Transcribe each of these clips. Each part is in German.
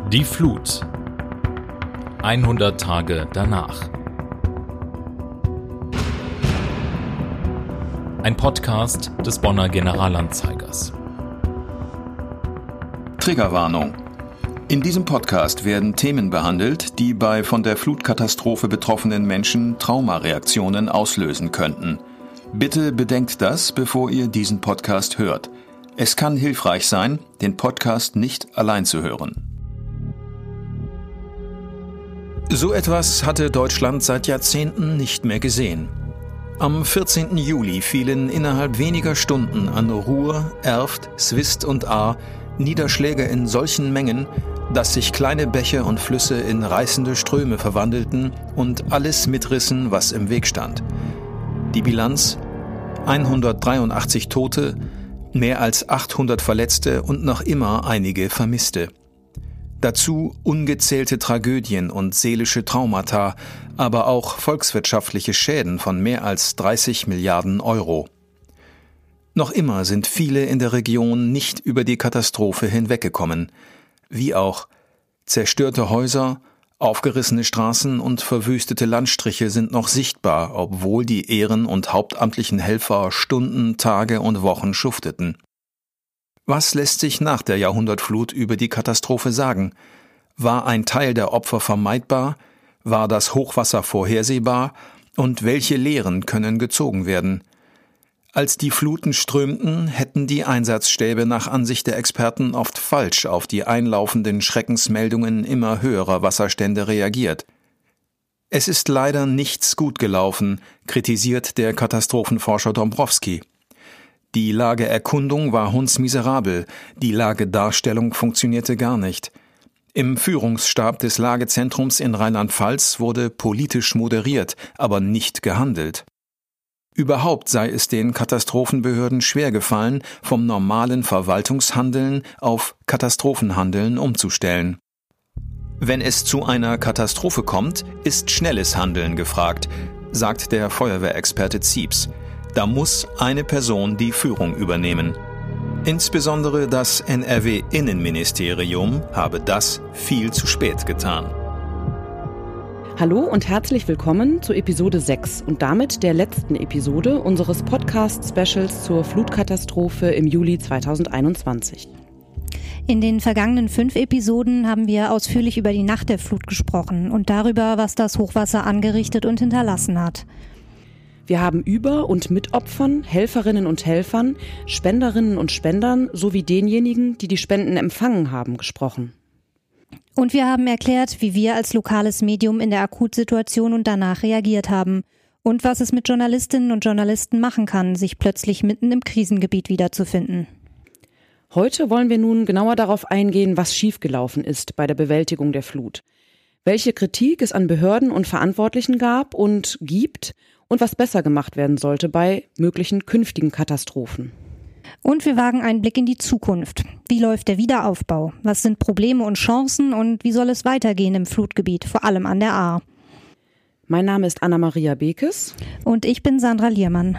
Die Flut. 100 Tage danach. Ein Podcast des Bonner Generalanzeigers. Triggerwarnung. In diesem Podcast werden Themen behandelt, die bei von der Flutkatastrophe betroffenen Menschen Traumareaktionen auslösen könnten. Bitte bedenkt das, bevor ihr diesen Podcast hört. Es kann hilfreich sein, den Podcast nicht allein zu hören. So etwas hatte Deutschland seit Jahrzehnten nicht mehr gesehen. Am 14. Juli fielen innerhalb weniger Stunden an Ruhr, Erft, Swist und Ahr Niederschläge in solchen Mengen, dass sich kleine Bäche und Flüsse in reißende Ströme verwandelten und alles mitrissen, was im Weg stand. Die Bilanz: 183 Tote, mehr als 800 Verletzte und noch immer einige Vermisste. Dazu ungezählte Tragödien und seelische Traumata, aber auch volkswirtschaftliche Schäden von mehr als 30 Milliarden Euro. Noch immer sind viele in der Region nicht über die Katastrophe hinweggekommen. Wie auch zerstörte Häuser, aufgerissene Straßen und verwüstete Landstriche sind noch sichtbar, obwohl die Ehren- und hauptamtlichen Helfer Stunden, Tage und Wochen schufteten. Was lässt sich nach der Jahrhundertflut über die Katastrophe sagen? War ein Teil der Opfer vermeidbar? War das Hochwasser vorhersehbar? Und welche Lehren können gezogen werden? Als die Fluten strömten, hätten die Einsatzstäbe nach Ansicht der Experten oft falsch auf die einlaufenden Schreckensmeldungen immer höherer Wasserstände reagiert. Es ist leider nichts gut gelaufen, kritisiert der Katastrophenforscher Dombrowski. Die Lageerkundung war hundsmiserabel, die Lagedarstellung funktionierte gar nicht. Im Führungsstab des Lagezentrums in Rheinland-Pfalz wurde politisch moderiert, aber nicht gehandelt. Überhaupt sei es den Katastrophenbehörden schwer gefallen, vom normalen Verwaltungshandeln auf Katastrophenhandeln umzustellen. Wenn es zu einer Katastrophe kommt, ist schnelles Handeln gefragt, sagt der Feuerwehrexperte Zieps. Da muss eine Person die Führung übernehmen. Insbesondere das NRW-Innenministerium habe das viel zu spät getan. Hallo und herzlich willkommen zu Episode 6 und damit der letzten Episode unseres Podcast-Specials zur Flutkatastrophe im Juli 2021. In den vergangenen 5 Episoden haben wir ausführlich über die Nacht der Flut gesprochen und darüber, was das Hochwasser angerichtet und hinterlassen hat. Wir haben über und mit Opfern, Helferinnen und Helfern, Spenderinnen und Spendern sowie denjenigen, die die Spenden empfangen haben, gesprochen. Und wir haben erklärt, wie wir als lokales Medium in der Akutsituation und danach reagiert haben und was es mit Journalistinnen und Journalisten machen kann, sich plötzlich mitten im Krisengebiet wiederzufinden. Heute wollen wir nun genauer darauf eingehen, was schiefgelaufen ist bei der Bewältigung der Flut, welche Kritik es an Behörden und Verantwortlichen gab und gibt und was besser gemacht werden sollte bei möglichen künftigen Katastrophen. Und wir wagen einen Blick in die Zukunft. Wie läuft der Wiederaufbau? Was sind Probleme und Chancen und wie soll es weitergehen im Flutgebiet, vor allem an der Ahr? Mein Name ist Anna-Maria Bekes. Und ich bin Sandra Liermann.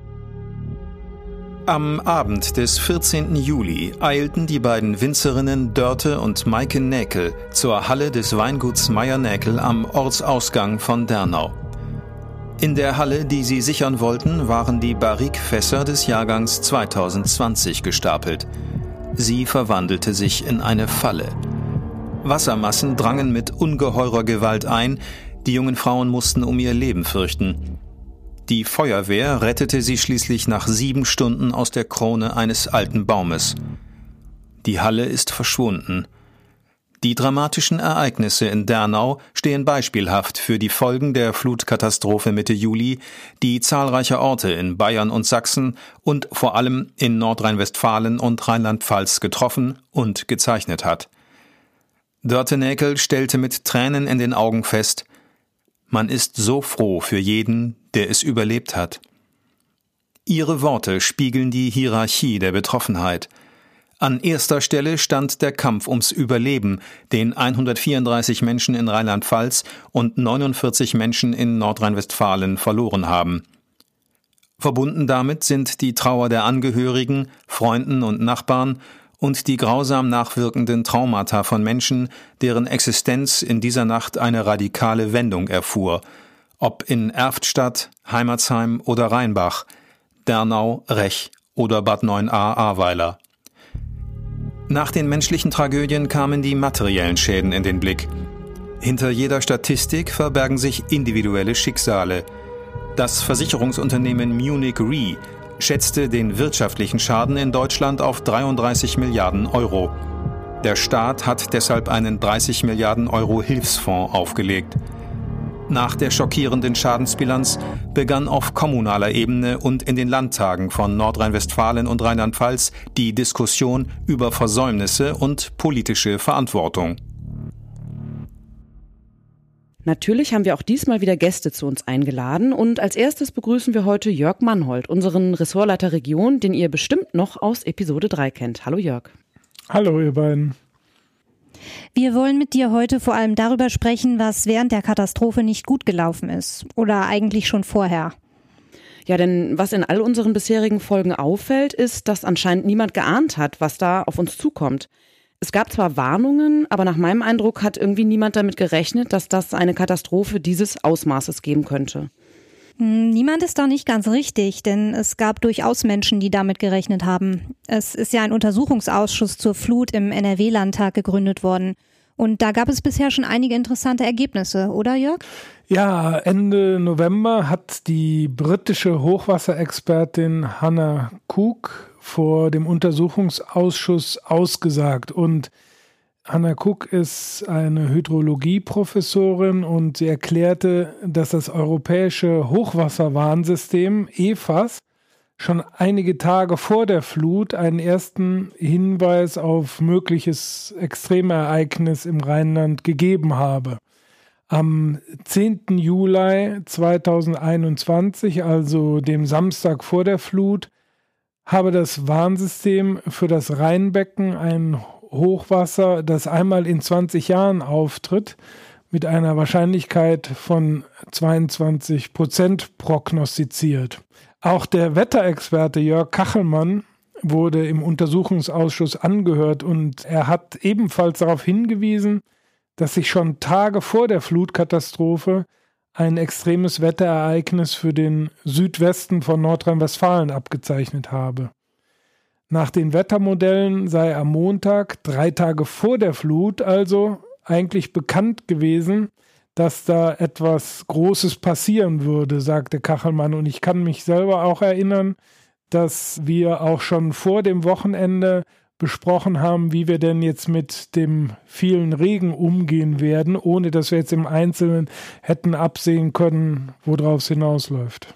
Am Abend des 14. Juli eilten die beiden Winzerinnen Dörte und Maike Näkel zur Halle des Weinguts Meier-Näkel am Ortsausgang von Dernau. In der Halle, die sie sichern wollten, waren die Barrique-Fässer des Jahrgangs 2020 gestapelt. Sie verwandelte sich in eine Falle. Wassermassen drangen mit ungeheurer Gewalt ein, die jungen Frauen mussten um ihr Leben fürchten. Die Feuerwehr rettete sie schließlich nach 7 Stunden aus der Krone eines alten Baumes. Die Halle ist verschwunden. Die dramatischen Ereignisse in Dernau stehen beispielhaft für die Folgen der Flutkatastrophe Mitte Juli, die zahlreiche Orte in Bayern und Sachsen und vor allem in Nordrhein-Westfalen und Rheinland-Pfalz getroffen und gezeichnet hat. Dörte Näkel stellte mit Tränen in den Augen fest: Man ist so froh für jeden, der es überlebt hat. Ihre Worte spiegeln die Hierarchie der Betroffenheit. An erster Stelle stand der Kampf ums Überleben, den 134 Menschen in Rheinland-Pfalz und 49 Menschen in Nordrhein-Westfalen verloren haben. Verbunden damit sind die Trauer der Angehörigen, Freunden und Nachbarn und die grausam nachwirkenden Traumata von Menschen, deren Existenz in dieser Nacht eine radikale Wendung erfuhr, ob in Erftstadt, Heimatsheim oder Rheinbach, Dernau, Rech oder Bad 9a Ahrweiler. Nach den menschlichen Tragödien kamen die materiellen Schäden in den Blick. Hinter jeder Statistik verbergen sich individuelle Schicksale. Das Versicherungsunternehmen Munich Re schätzte den wirtschaftlichen Schaden in Deutschland auf 33 Milliarden Euro. Der Staat hat deshalb einen 30 Milliarden Euro Hilfsfonds aufgelegt. Nach der schockierenden Schadensbilanz begann auf kommunaler Ebene und in den Landtagen von Nordrhein-Westfalen und Rheinland-Pfalz die Diskussion über Versäumnisse und politische Verantwortung. Natürlich haben wir auch diesmal wieder Gäste zu uns eingeladen und als erstes begrüßen wir heute Jörg Mannhold, unseren Ressortleiter Region, den ihr bestimmt noch aus Episode 3 kennt. Hallo Jörg. Hallo ihr beiden. Wir wollen mit dir heute vor allem darüber sprechen, was während der Katastrophe nicht gut gelaufen ist oder eigentlich schon vorher. Ja, denn was in all unseren bisherigen Folgen auffällt, ist, dass anscheinend niemand geahnt hat, was da auf uns zukommt. Es gab zwar Warnungen, aber nach meinem Eindruck hat irgendwie niemand damit gerechnet, dass das eine Katastrophe dieses Ausmaßes geben könnte. Niemand ist da nicht ganz richtig, denn es gab durchaus Menschen, die damit gerechnet haben. Es ist ja ein Untersuchungsausschuss zur Flut im NRW-Landtag gegründet worden. Und da gab es bisher schon einige interessante Ergebnisse, oder Jörg? Ja, Ende November hat die britische Hochwasserexpertin Hannah Cook vor dem Untersuchungsausschuss ausgesagt. Und Hannah Cook ist eine Hydrologie-Professorin und sie erklärte, dass das europäische Hochwasserwarnsystem EFAS schon einige Tage vor der Flut einen ersten Hinweis auf mögliches Extremereignis im Rheinland gegeben habe. Am 10. Juli 2021, also dem Samstag vor der Flut, habe das Warnsystem für das Rheinbecken ein Hochwasser, das einmal in 20 Jahren auftritt, mit einer Wahrscheinlichkeit von 22% prognostiziert. Auch der Wetterexperte Jörg Kachelmann wurde im Untersuchungsausschuss angehört und er hat ebenfalls darauf hingewiesen, dass sich schon Tage vor der Flutkatastrophe ein extremes Wetterereignis für den Südwesten von Nordrhein-Westfalen abgezeichnet habe. Nach den Wettermodellen sei am Montag, 3 Tage vor der Flut, also eigentlich bekannt gewesen, dass da etwas Großes passieren würde, sagte Kachelmann. Und ich kann mich selber auch erinnern, dass wir auch schon vor dem Wochenende besprochen haben, wie wir denn jetzt mit dem vielen Regen umgehen werden, ohne dass wir jetzt im Einzelnen hätten absehen können, worauf es hinausläuft.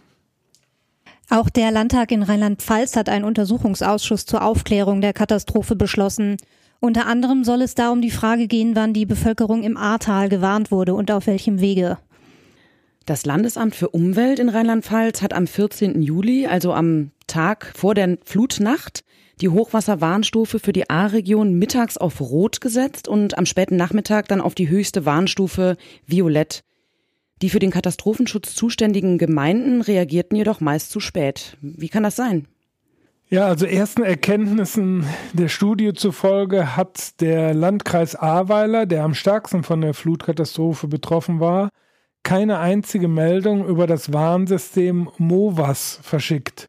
Auch der Landtag in Rheinland-Pfalz hat einen Untersuchungsausschuss zur Aufklärung der Katastrophe beschlossen. Unter anderem soll es da um die Frage gehen, wann die Bevölkerung im Ahrtal gewarnt wurde und auf welchem Wege. Das Landesamt für Umwelt in Rheinland-Pfalz hat am 14. Juli, also am Tag vor der Flutnacht, die Hochwasserwarnstufe für die Ahrregion mittags auf Rot gesetzt und am späten Nachmittag dann auf die höchste Warnstufe Violett. Die für den Katastrophenschutz zuständigen Gemeinden reagierten jedoch meist zu spät. Wie kann das sein? Ja, also ersten Erkenntnissen der Studie zufolge hat der Landkreis Ahrweiler, der am stärksten von der Flutkatastrophe betroffen war, keine einzige Meldung über das Warnsystem MOVAS verschickt.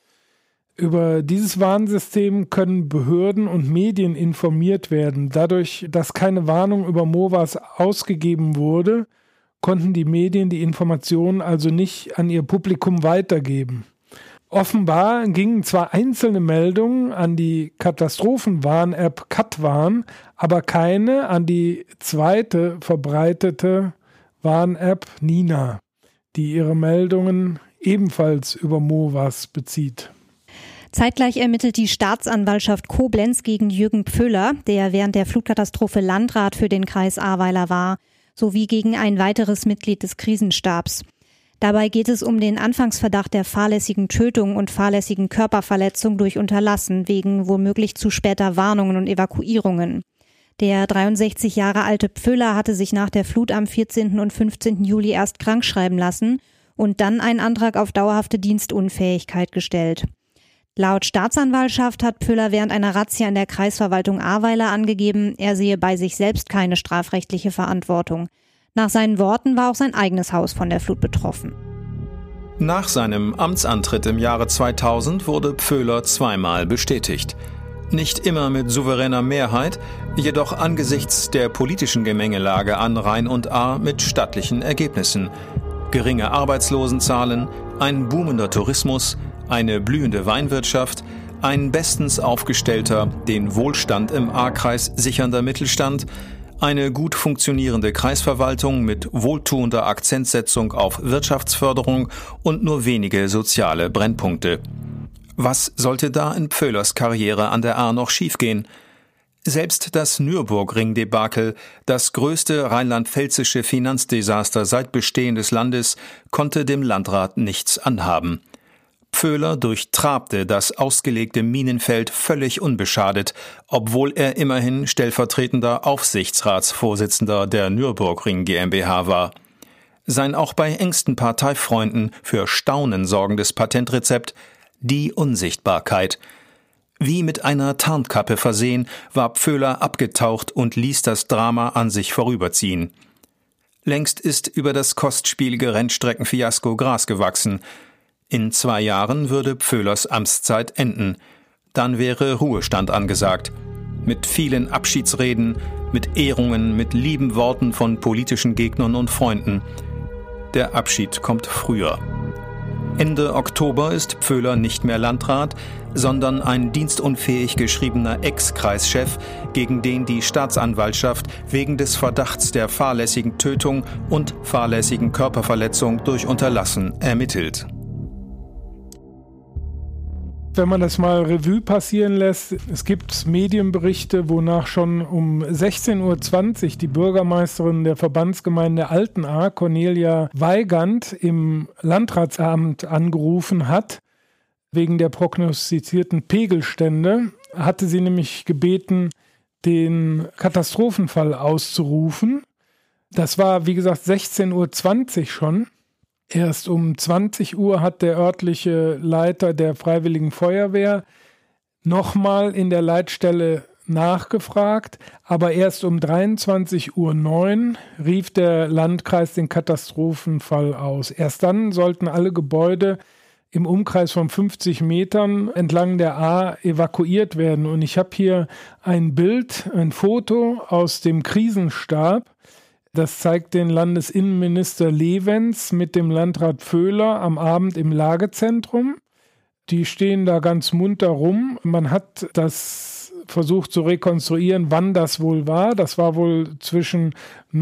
Über dieses Warnsystem können Behörden und Medien informiert werden. Dadurch, dass keine Warnung über MOVAS ausgegeben wurde, konnten die Medien die Informationen also nicht an ihr Publikum weitergeben. Offenbar gingen zwar einzelne Meldungen an die Katastrophenwarn-App Katwarn, aber keine an die zweite verbreitete Warn-App Nina, die ihre Meldungen ebenfalls über MOVAS bezieht. Zeitgleich ermittelt die Staatsanwaltschaft Koblenz gegen Jürgen Pföhler, der während der Flutkatastrophe Landrat für den Kreis Ahrweiler war, sowie gegen ein weiteres Mitglied des Krisenstabs. Dabei geht es um den Anfangsverdacht der fahrlässigen Tötung und fahrlässigen Körperverletzung durch Unterlassen wegen womöglich zu später Warnungen und Evakuierungen. Der 63 Jahre alte Pföhler hatte sich nach der Flut am 14. und 15. Juli erst krankschreiben lassen und dann einen Antrag auf dauerhafte Dienstunfähigkeit gestellt. Laut Staatsanwaltschaft hat Pföhler während einer Razzia in der Kreisverwaltung Ahrweiler angegeben, er sehe bei sich selbst keine strafrechtliche Verantwortung. Nach seinen Worten war auch sein eigenes Haus von der Flut betroffen. Nach seinem Amtsantritt im Jahre 2000 wurde Pföhler zweimal bestätigt. Nicht immer mit souveräner Mehrheit, jedoch angesichts der politischen Gemengelage an Rhein und Ahr mit stattlichen Ergebnissen. Geringe Arbeitslosenzahlen, ein boomender Tourismus, eine blühende Weinwirtschaft, ein bestens aufgestellter, den Wohlstand im Ahrkreis sichernder Mittelstand, eine gut funktionierende Kreisverwaltung mit wohltuender Akzentsetzung auf Wirtschaftsförderung und nur wenige soziale Brennpunkte. Was sollte da in Pföhlers Karriere an der Ahr noch schiefgehen? Selbst das Nürburgring-Debakel, das größte rheinland-pfälzische Finanzdesaster seit Bestehen des Landes, konnte dem Landrat nichts anhaben. Pföhler durchtrabte das ausgelegte Minenfeld völlig unbeschadet, obwohl er immerhin stellvertretender Aufsichtsratsvorsitzender der Nürburgring GmbH war. Sein auch bei engsten Parteifreunden für Staunen sorgendes Patentrezept: die Unsichtbarkeit. Wie mit einer Tarnkappe versehen, war Pföhler abgetaucht und ließ das Drama an sich vorüberziehen. Längst ist über das kostspielige Rennstreckenfiasko Gras gewachsen. In 2 Jahren würde Pföhlers Amtszeit enden. Dann wäre Ruhestand angesagt. Mit vielen Abschiedsreden, mit Ehrungen, mit lieben Worten von politischen Gegnern und Freunden. Der Abschied kommt früher. Ende Oktober ist Pföhler nicht mehr Landrat, sondern ein dienstunfähig geschriebener Ex-Kreischef, gegen den die Staatsanwaltschaft wegen des Verdachts der fahrlässigen Tötung und fahrlässigen Körperverletzung durch Unterlassen ermittelt. Wenn man das mal Revue passieren lässt, es gibt Medienberichte, wonach schon um 16:20 Uhr die Bürgermeisterin der Verbandsgemeinde Altenahr, Cornelia Weigand, im Landratsamt angerufen hat, wegen der prognostizierten Pegelstände. Hatte sie nämlich gebeten, den Katastrophenfall auszurufen. Das war, wie gesagt, 16:20 Uhr schon. Erst um 20 Uhr hat der örtliche Leiter der Freiwilligen Feuerwehr nochmal in der Leitstelle nachgefragt, aber erst um 23:09 Uhr rief der Landkreis den Katastrophenfall aus. Erst dann sollten alle Gebäude im Umkreis von 50 Metern entlang der Ahr evakuiert werden. Und ich habe hier ein Bild, ein Foto aus dem Krisenstab. Das zeigt den Landesinnenminister Lewens mit dem Landrat Pföhler am Abend im Lagezentrum. Die stehen da ganz munter rum. Man hat das versucht zu rekonstruieren, wann das wohl war. Das war wohl zwischen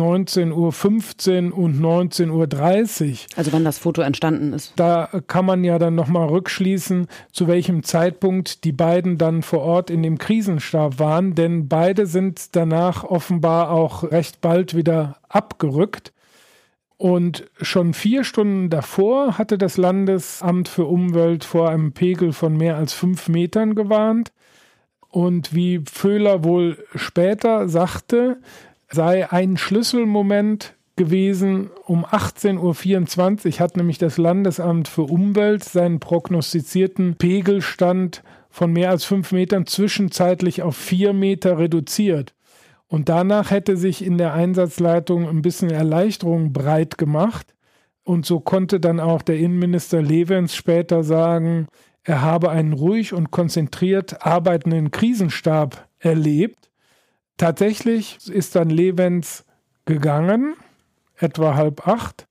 19:15 Uhr und 19:30 Uhr. Also wann das Foto entstanden ist. Da kann man ja dann nochmal rückschließen, zu welchem Zeitpunkt die beiden dann vor Ort in dem Krisenstab waren, denn beide sind danach offenbar auch recht bald wieder abgerückt. Und schon 4 Stunden davor hatte das Landesamt für Umwelt vor einem Pegel von mehr als 5 Metern gewarnt. Und wie Pföhler wohl später sagte, sei ein Schlüsselmoment gewesen. Um 18:24 Uhr hat nämlich das Landesamt für Umwelt seinen prognostizierten Pegelstand von mehr als 5 Metern zwischenzeitlich auf 4 Meter reduziert. Und danach hätte sich in der Einsatzleitung ein bisschen Erleichterung breit gemacht. Und so konnte dann auch der Innenminister Lewens später sagen, er habe einen ruhig und konzentriert arbeitenden Krisenstab erlebt. Tatsächlich ist dann Lewens gegangen, etwa 7:30.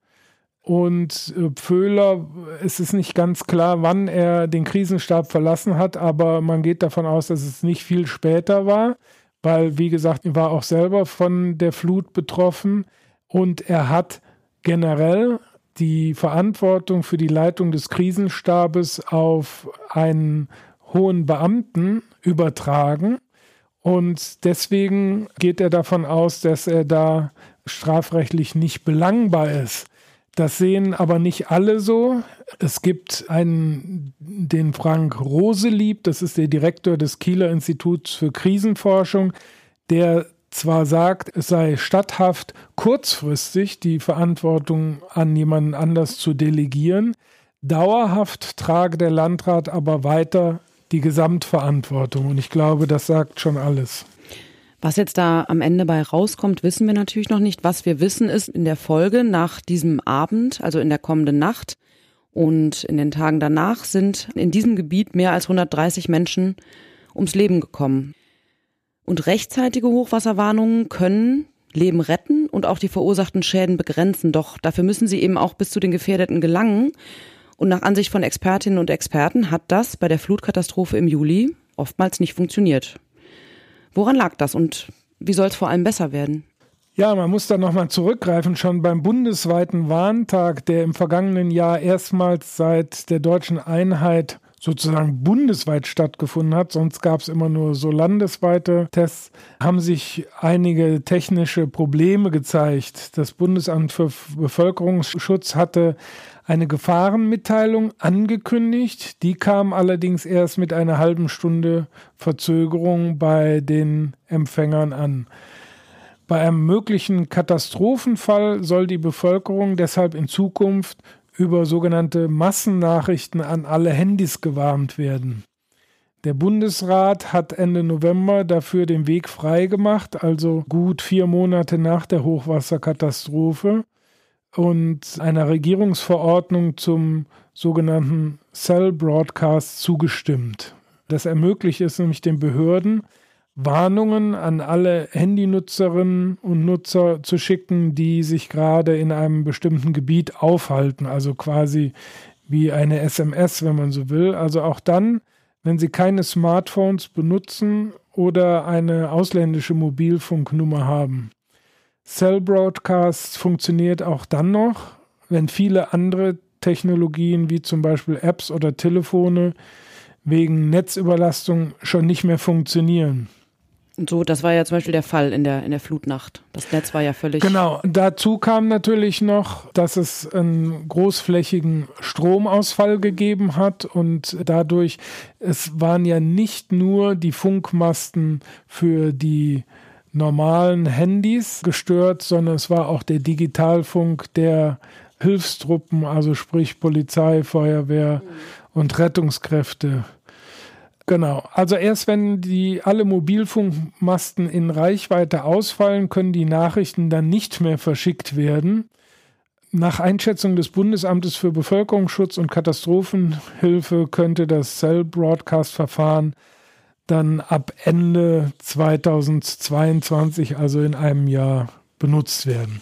Und Pföhler, es ist nicht ganz klar, wann er den Krisenstab verlassen hat, aber man geht davon aus, dass es nicht viel später war, weil, wie gesagt, er war auch selber von der Flut betroffen und er hat generell die Verantwortung für die Leitung des Krisenstabes auf einen hohen Beamten übertragen. Und deswegen geht er davon aus, dass er da strafrechtlich nicht belangbar ist. Das sehen aber nicht alle so. Es gibt einen, den Frank Roselieb, das ist der Direktor des Kieler Instituts für Krisenforschung, der zwar sagt, es sei statthaft, kurzfristig die Verantwortung an jemanden anders zu delegieren, dauerhaft trage der Landrat aber weiter die Gesamtverantwortung. Und ich glaube, das sagt schon alles. Was jetzt da am Ende bei rauskommt, wissen wir natürlich noch nicht. Was wir wissen ist, in der Folge nach diesem Abend, also in der kommenden Nacht und in den Tagen danach, sind in diesem Gebiet mehr als 130 Menschen ums Leben gekommen. Und rechtzeitige Hochwasserwarnungen können Leben retten und auch die verursachten Schäden begrenzen. Doch dafür müssen sie eben auch bis zu den Gefährdeten gelangen. Und nach Ansicht von Expertinnen und Experten hat das bei der Flutkatastrophe im Juli oftmals nicht funktioniert. Woran lag das und wie soll es vor allem besser werden? Ja, man muss da nochmal zurückgreifen. Schon beim bundesweiten Warntag, der im vergangenen Jahr erstmals seit der deutschen Einheit sozusagen bundesweit stattgefunden hat, sonst gab es immer nur so landesweite Tests, haben sich einige technische Probleme gezeigt. Das Bundesamt für Bevölkerungsschutz hatte eine Gefahrenmitteilung angekündigt. Die kam allerdings erst mit einer halben Stunde Verzögerung bei den Empfängern an. Bei einem möglichen Katastrophenfall soll die Bevölkerung deshalb in Zukunft über sogenannte Massennachrichten an alle Handys gewarnt werden. Der Bundesrat hat Ende November dafür den Weg freigemacht, also gut 4 Monate nach der Hochwasserkatastrophe, und einer Regierungsverordnung zum sogenannten Cell Broadcast zugestimmt. Das ermöglicht es nämlich den Behörden, Warnungen an alle Handynutzerinnen und Nutzer zu schicken, die sich gerade in einem bestimmten Gebiet aufhalten, also quasi wie eine SMS, wenn man so will. Also auch dann, wenn sie keine Smartphones benutzen oder eine ausländische Mobilfunknummer haben. Cell Broadcast funktioniert auch dann noch, wenn viele andere Technologien wie zum Beispiel Apps oder Telefone wegen Netzüberlastung schon nicht mehr funktionieren. Und so, das war ja zum Beispiel der Fall in der Flutnacht. Das Netz war ja völlig... Genau, dazu kam natürlich noch, dass es einen großflächigen Stromausfall gegeben hat und dadurch, es waren ja nicht nur die Funkmasten für die normalen Handys gestört, sondern es war auch der Digitalfunk der Hilfstruppen, also sprich Polizei, Feuerwehr und Rettungskräfte. Genau, also erst wenn alle Mobilfunkmasten in Reichweite ausfallen, können die Nachrichten dann nicht mehr verschickt werden. Nach Einschätzung des Bundesamtes für Bevölkerungsschutz und Katastrophenhilfe könnte das Cell-Broadcast-Verfahren dann ab Ende 2022, also in einem Jahr, benutzt werden.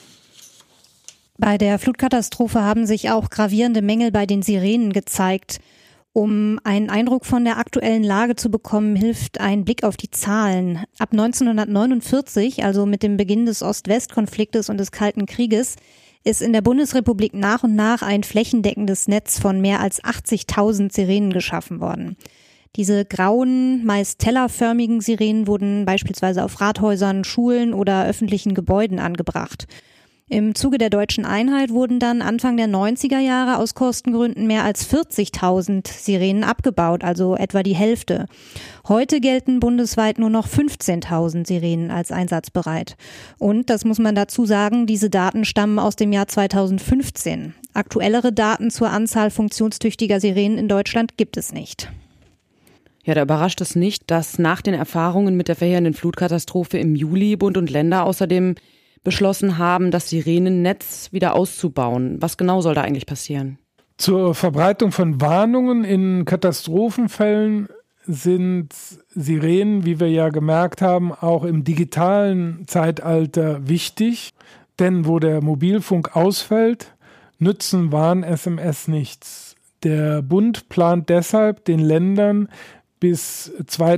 Bei der Flutkatastrophe haben sich auch gravierende Mängel bei den Sirenen gezeigt. Um einen Eindruck von der aktuellen Lage zu bekommen, hilft ein Blick auf die Zahlen. Ab 1949, also mit dem Beginn des Ost-West-Konfliktes und des Kalten Krieges, ist in der Bundesrepublik nach und nach ein flächendeckendes Netz von mehr als 80.000 Sirenen geschaffen worden. Diese grauen, meist tellerförmigen Sirenen wurden beispielsweise auf Rathäusern, Schulen oder öffentlichen Gebäuden angebracht. Im Zuge der deutschen Einheit wurden dann Anfang der 90er Jahre aus Kostengründen mehr als 40.000 Sirenen abgebaut, also etwa die Hälfte. Heute gelten bundesweit nur noch 15.000 Sirenen als einsatzbereit. Und, das muss man dazu sagen, diese Daten stammen aus dem Jahr 2015. Aktuellere Daten zur Anzahl funktionstüchtiger Sirenen in Deutschland gibt es nicht. Ja, da überrascht es nicht, dass nach den Erfahrungen mit der verheerenden Flutkatastrophe im Juli Bund und Länder außerdem beschlossen haben, das Sirenennetz wieder auszubauen. Was genau soll da eigentlich passieren? Zur Verbreitung von Warnungen in Katastrophenfällen sind Sirenen, wie wir ja gemerkt haben, auch im digitalen Zeitalter wichtig. Denn wo der Mobilfunk ausfällt, nützen Warn-SMS nichts. Der Bund plant deshalb den Ländern bis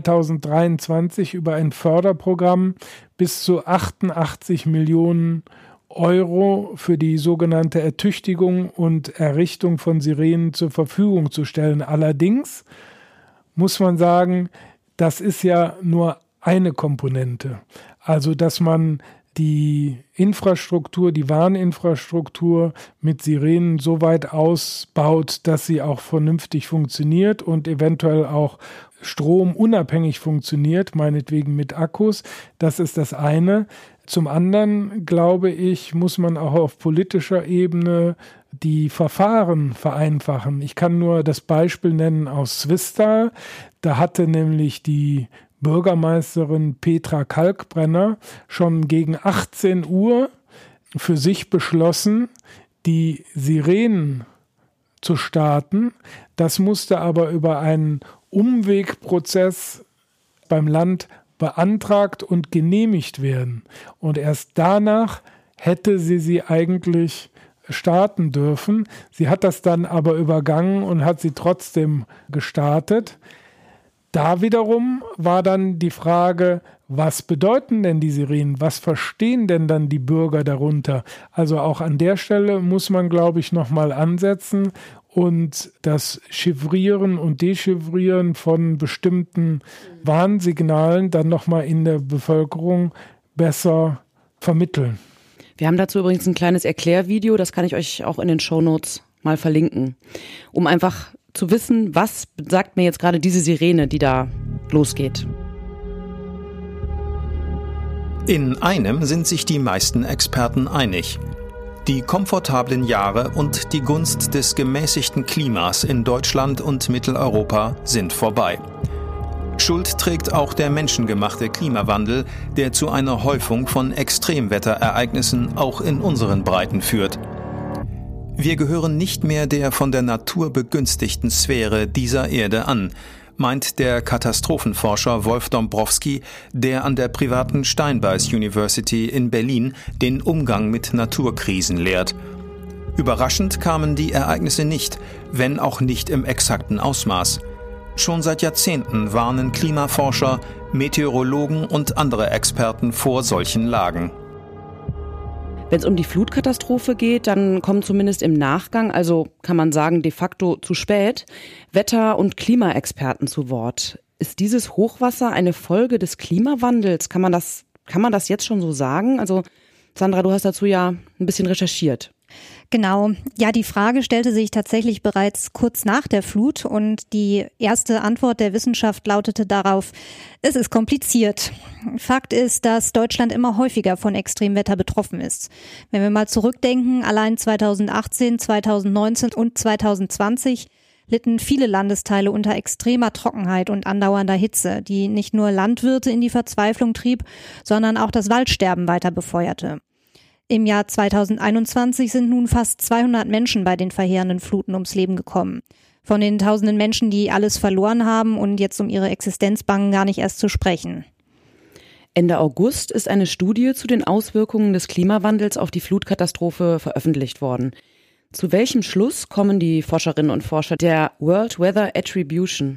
2023 über ein Förderprogramm bis zu 88 Millionen Euro für die sogenannte Ertüchtigung und Errichtung von Sirenen zur Verfügung zu stellen. Allerdings muss man sagen, das ist ja nur eine Komponente. Also, dass man die Infrastruktur, die Warninfrastruktur mit Sirenen so weit ausbaut, dass sie auch vernünftig funktioniert und eventuell auch stromunabhängig funktioniert, meinetwegen mit Akkus. Das ist das eine. Zum anderen, glaube ich, muss man auch auf politischer Ebene die Verfahren vereinfachen. Ich kann nur das Beispiel nennen aus Swistal. Da hatte nämlich die Bürgermeisterin Petra Kalkbrenner schon gegen 18 Uhr für sich beschlossen, die Sirenen zu starten. Das musste aber über einen Umwegprozess beim Land beantragt und genehmigt werden. Und erst danach hätte sie eigentlich starten dürfen. Sie hat das dann aber übergangen und hat sie trotzdem gestartet. Da wiederum war dann die Frage, was bedeuten denn die Sirenen? Was verstehen denn dann die Bürger darunter? Also auch an der Stelle muss man, glaube ich, nochmal ansetzen und das Chiffrieren und Dechiffrieren von bestimmten Warnsignalen dann nochmal in der Bevölkerung besser vermitteln. Wir haben dazu übrigens ein kleines Erklärvideo, das kann ich euch auch in den Shownotes mal verlinken, um einfach zu wissen, was sagt mir jetzt gerade diese Sirene, die da losgeht. In einem sind sich die meisten Experten einig. Die komfortablen Jahre und die Gunst des gemäßigten Klimas in Deutschland und Mitteleuropa sind vorbei. Schuld trägt auch der menschengemachte Klimawandel, der zu einer Häufung von Extremwetterereignissen auch in unseren Breiten führt. Wir gehören nicht mehr der von der Natur begünstigten Sphäre dieser Erde an, meint der Katastrophenforscher Wolf Dombrowski, der an der privaten Steinbeis University in Berlin den Umgang mit Naturkrisen lehrt. Überraschend kamen die Ereignisse nicht, wenn auch nicht im exakten Ausmaß. Schon seit Jahrzehnten warnen Klimaforscher, Meteorologen und andere Experten vor solchen Lagen. Wenn es um die Flutkatastrophe geht, dann kommen zumindest im Nachgang, also kann man sagen de facto zu spät, Wetter- und Klimaexperten zu Wort. Ist dieses Hochwasser eine Folge des Klimawandels? Kann man das jetzt schon so sagen? Also Sandra, du hast dazu ja ein bisschen recherchiert. Genau. Ja, die Frage stellte sich tatsächlich bereits kurz nach der Flut und die erste Antwort der Wissenschaft lautete darauf, es ist kompliziert. Fakt ist, dass Deutschland immer häufiger von Extremwetter betroffen ist. Wenn wir mal zurückdenken, allein 2018, 2019 und 2020 litten viele Landesteile unter extremer Trockenheit und andauernder Hitze, die nicht nur Landwirte in die Verzweiflung trieb, sondern auch das Waldsterben weiter befeuerte. Im Jahr 2021 sind nun fast 200 Menschen bei den verheerenden Fluten ums Leben gekommen. Von den tausenden Menschen, die alles verloren haben und jetzt um ihre Existenz bangen, gar nicht erst zu sprechen. Ende August ist eine Studie zu den Auswirkungen des Klimawandels auf die Flutkatastrophe veröffentlicht worden. Zu welchem Schluss kommen die Forscherinnen und Forscher der World Weather Attribution?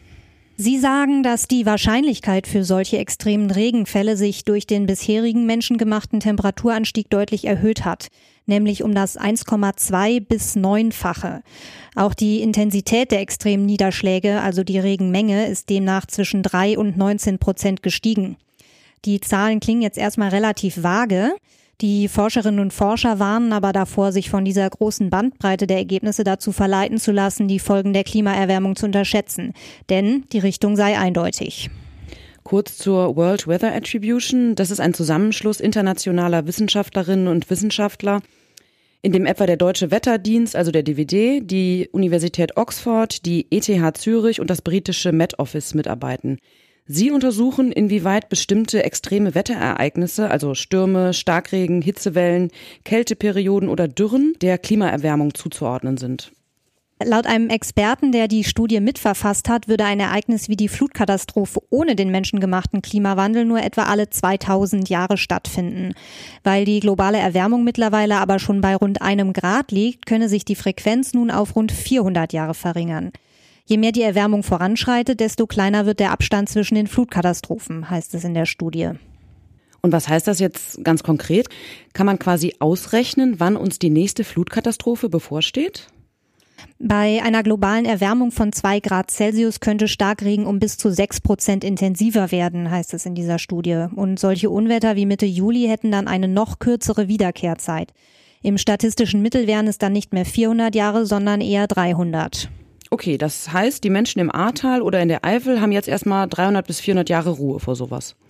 Sie sagen, dass die Wahrscheinlichkeit für solche extremen Regenfälle sich durch den bisherigen menschengemachten Temperaturanstieg deutlich erhöht hat, nämlich um das 1,2 bis 9-fache. Auch die Intensität der extremen Niederschläge, also die Regenmenge, ist demnach zwischen 3 und 19% gestiegen. Die Zahlen klingen jetzt erstmal relativ vage. Die Forscherinnen und Forscher warnen aber davor, sich von dieser großen Bandbreite der Ergebnisse dazu verleiten zu lassen, die Folgen der Klimaerwärmung zu unterschätzen. Denn die Richtung sei eindeutig. Kurz zur World Weather Attribution. Das ist ein Zusammenschluss internationaler Wissenschaftlerinnen und Wissenschaftler, in dem etwa der Deutsche Wetterdienst, also der DWD, die Universität Oxford, die ETH Zürich und das britische Met Office mitarbeiten. Sie untersuchen, inwieweit bestimmte extreme Wetterereignisse, also Stürme, Starkregen, Hitzewellen, Kälteperioden oder Dürren, der Klimaerwärmung zuzuordnen sind. Laut einem Experten, der die Studie mitverfasst hat, würde ein Ereignis wie die Flutkatastrophe ohne den menschengemachten Klimawandel nur etwa alle 2000 Jahre stattfinden. Weil die globale Erwärmung mittlerweile aber schon bei rund 1 Grad liegt, könne sich die Frequenz nun auf rund 400 Jahre verringern. Je mehr die Erwärmung voranschreitet, desto kleiner wird der Abstand zwischen den Flutkatastrophen, heißt es in der Studie. Und was heißt das jetzt ganz konkret? Kann man quasi ausrechnen, wann uns die nächste Flutkatastrophe bevorsteht? Bei einer globalen Erwärmung von 2 Grad Celsius könnte Starkregen um bis zu 6% intensiver werden, heißt es in dieser Studie. Und solche Unwetter wie Mitte Juli hätten dann eine noch kürzere Wiederkehrzeit. Im statistischen Mittel wären es dann nicht mehr 400 Jahre, sondern eher 300. Okay, das heißt, die Menschen im Ahrtal oder in der Eifel haben jetzt erstmal 300 bis 400 Jahre Ruhe vor sowas.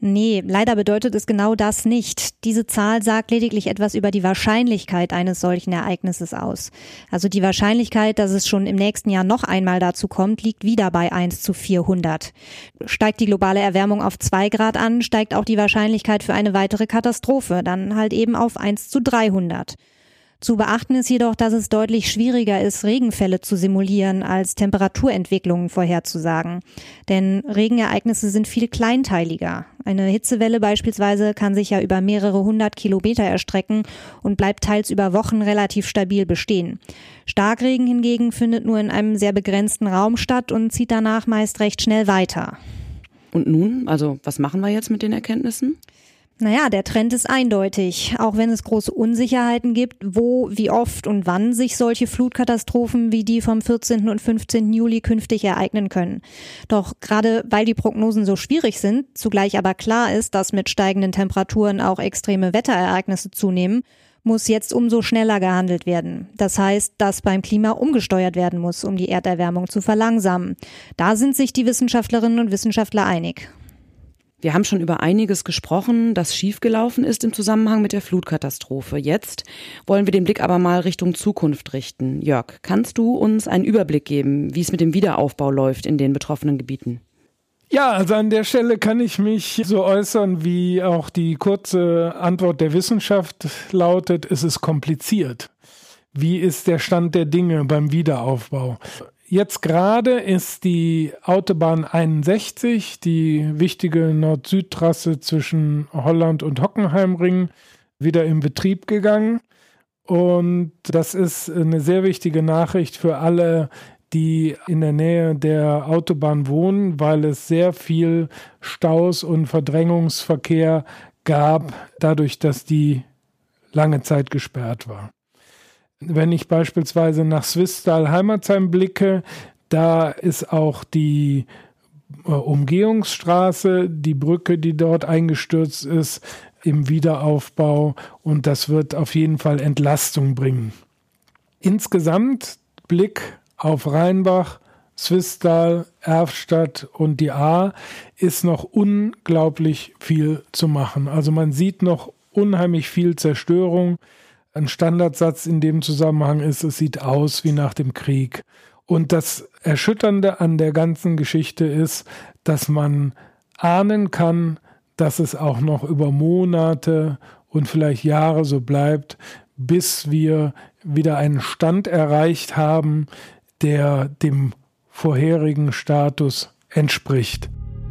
Nee, leider bedeutet es genau das nicht. Diese Zahl sagt lediglich etwas über die Wahrscheinlichkeit eines solchen Ereignisses aus. Also die Wahrscheinlichkeit, dass es schon im nächsten Jahr noch einmal dazu kommt, liegt wieder bei 1:400. Steigt die globale Erwärmung auf 2 Grad an, steigt auch die Wahrscheinlichkeit für eine weitere Katastrophe, dann halt eben auf 1:300. Zu beachten ist jedoch, dass es deutlich schwieriger ist, Regenfälle zu simulieren, als Temperaturentwicklungen vorherzusagen. Denn Regenereignisse sind viel kleinteiliger. Eine Hitzewelle beispielsweise kann sich ja über mehrere 100 Kilometer erstrecken und bleibt teils über Wochen relativ stabil bestehen. Starkregen hingegen findet nur in einem sehr begrenzten Raum statt und zieht danach meist recht schnell weiter. Und nun, also was machen wir jetzt mit den Erkenntnissen? Naja, der Trend ist eindeutig. Auch wenn es große Unsicherheiten gibt, wo, wie oft und wann sich solche Flutkatastrophen wie die vom 14. und 15. Juli künftig ereignen können. Doch gerade weil die Prognosen so schwierig sind, zugleich aber klar ist, dass mit steigenden Temperaturen auch extreme Wetterereignisse zunehmen, muss jetzt umso schneller gehandelt werden. Das heißt, dass beim Klima umgesteuert werden muss, um die Erderwärmung zu verlangsamen. Da sind sich die Wissenschaftlerinnen und Wissenschaftler einig. Wir haben schon über einiges gesprochen, das schiefgelaufen ist im Zusammenhang mit der Flutkatastrophe. Jetzt wollen wir den Blick aber mal Richtung Zukunft richten. Jörg, kannst du uns einen Überblick geben, wie es mit dem Wiederaufbau läuft in den betroffenen Gebieten? Ja, also an der Stelle kann ich mich so äußern, wie auch die kurze Antwort der Wissenschaft lautet: Es ist kompliziert. Wie ist der Stand der Dinge beim Wiederaufbau? Jetzt gerade ist die Autobahn 61, die wichtige Nord-Süd-Trasse zwischen Holland und Hockenheimring, wieder in Betrieb gegangen. Und das ist eine sehr wichtige Nachricht für alle, die in der Nähe der Autobahn wohnen, weil es sehr viel Staus und Verdrängungsverkehr gab, dadurch, dass die lange Zeit gesperrt war. Wenn ich beispielsweise nach Swisttal-Heimatsheim blicke, da ist auch die Umgehungsstraße, die Brücke, die dort eingestürzt ist, im Wiederaufbau, und das wird auf jeden Fall Entlastung bringen. Insgesamt Blick auf Rheinbach, Swisttal, Erftstadt und die Ahr ist noch unglaublich viel zu machen. Also man sieht noch unheimlich viel Zerstörung. Ein Standardsatz in dem Zusammenhang ist: Es sieht aus wie nach dem Krieg. Und das Erschütternde an der ganzen Geschichte ist, dass man ahnen kann, dass es auch noch über Monate und vielleicht Jahre so bleibt, bis wir wieder einen Stand erreicht haben, der dem vorherigen Status entspricht.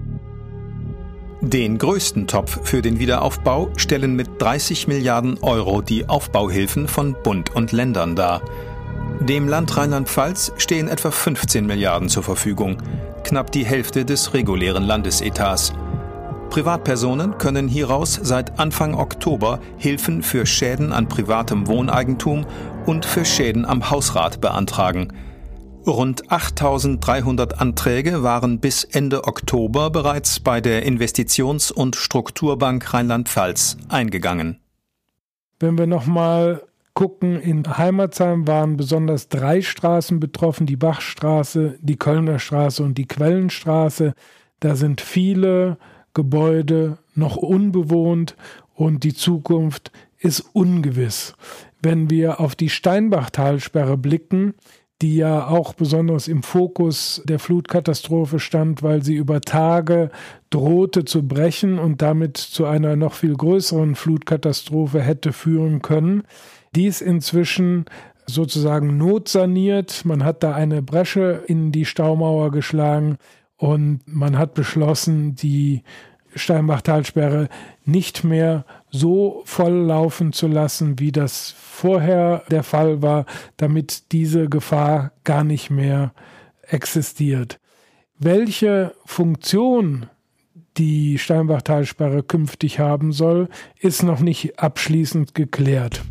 Den größten Topf für den Wiederaufbau stellen mit 30 Milliarden Euro die Aufbauhilfen von Bund und Ländern dar. Dem Land Rheinland-Pfalz stehen etwa 15 Milliarden zur Verfügung, knapp die Hälfte des regulären Landesetats. Privatpersonen können hieraus seit Anfang Oktober Hilfen für Schäden an privatem Wohneigentum und für Schäden am Hausrat beantragen. Rund 8.300 Anträge waren bis Ende Oktober bereits bei der Investitions- und Strukturbank Rheinland-Pfalz eingegangen. Wenn wir nochmal gucken, in Heimatsheim waren besonders 3 Straßen betroffen: die Bachstraße, die Kölner Straße und die Quellenstraße. Da sind viele Gebäude noch unbewohnt und die Zukunft ist ungewiss. Wenn wir auf die Steinbachtalsperre blicken, die ja auch besonders im Fokus der Flutkatastrophe stand, weil sie über Tage drohte zu brechen und damit zu einer noch viel größeren Flutkatastrophe hätte führen können. Die ist inzwischen sozusagen notsaniert. Man hat da eine Bresche in die Staumauer geschlagen und man hat beschlossen, die Steinbachtalsperre nicht mehr so voll laufen zu lassen, wie das vorher der Fall war, damit diese Gefahr gar nicht mehr existiert. Welche Funktion die Steinbachtalsperre künftig haben soll, ist noch nicht abschließend geklärt.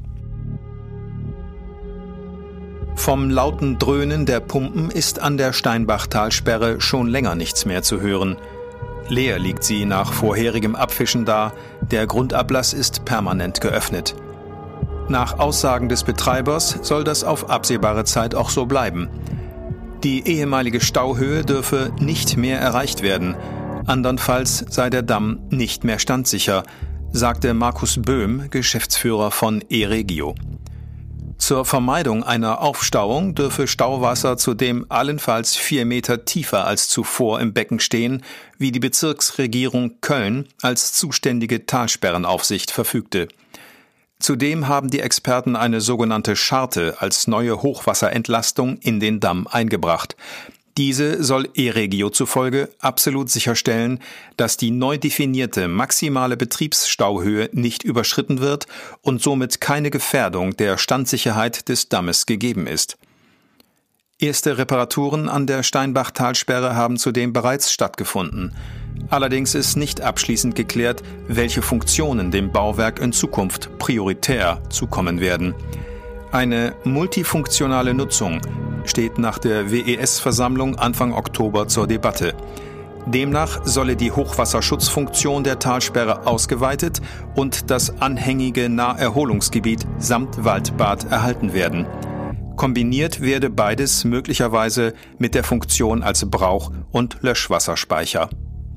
Vom lauten Dröhnen der Pumpen ist an der Steinbachtalsperre schon länger nichts mehr zu hören. Leer liegt sie nach vorherigem Abfischen da, der Grundablass ist permanent geöffnet. Nach Aussagen des Betreibers soll das auf absehbare Zeit auch so bleiben. Die ehemalige Stauhöhe dürfe nicht mehr erreicht werden. Andernfalls sei der Damm nicht mehr standsicher, sagte Markus Böhm, Geschäftsführer von eRegio. Zur Vermeidung einer Aufstauung dürfe Stauwasser zudem allenfalls 4 Meter tiefer als zuvor im Becken stehen, wie die Bezirksregierung Köln als zuständige Talsperrenaufsicht verfügte. Zudem haben die Experten eine sogenannte Scharte als neue Hochwasserentlastung in den Damm eingebracht. Diese soll eRegio zufolge absolut sicherstellen, dass die neu definierte maximale Betriebsstauhöhe nicht überschritten wird und somit keine Gefährdung der Standsicherheit des Dammes gegeben ist. Erste Reparaturen an der Steinbach-Talsperre haben zudem bereits stattgefunden. Allerdings ist nicht abschließend geklärt, welche Funktionen dem Bauwerk in Zukunft prioritär zukommen werden. Eine multifunktionale Nutzung steht nach der WES-Versammlung Anfang Oktober zur Debatte. Demnach solle die Hochwasserschutzfunktion der Talsperre ausgeweitet und das anhängige Naherholungsgebiet samt Waldbad erhalten werden. Kombiniert werde beides möglicherweise mit der Funktion als Brauch- und Löschwasserspeicher.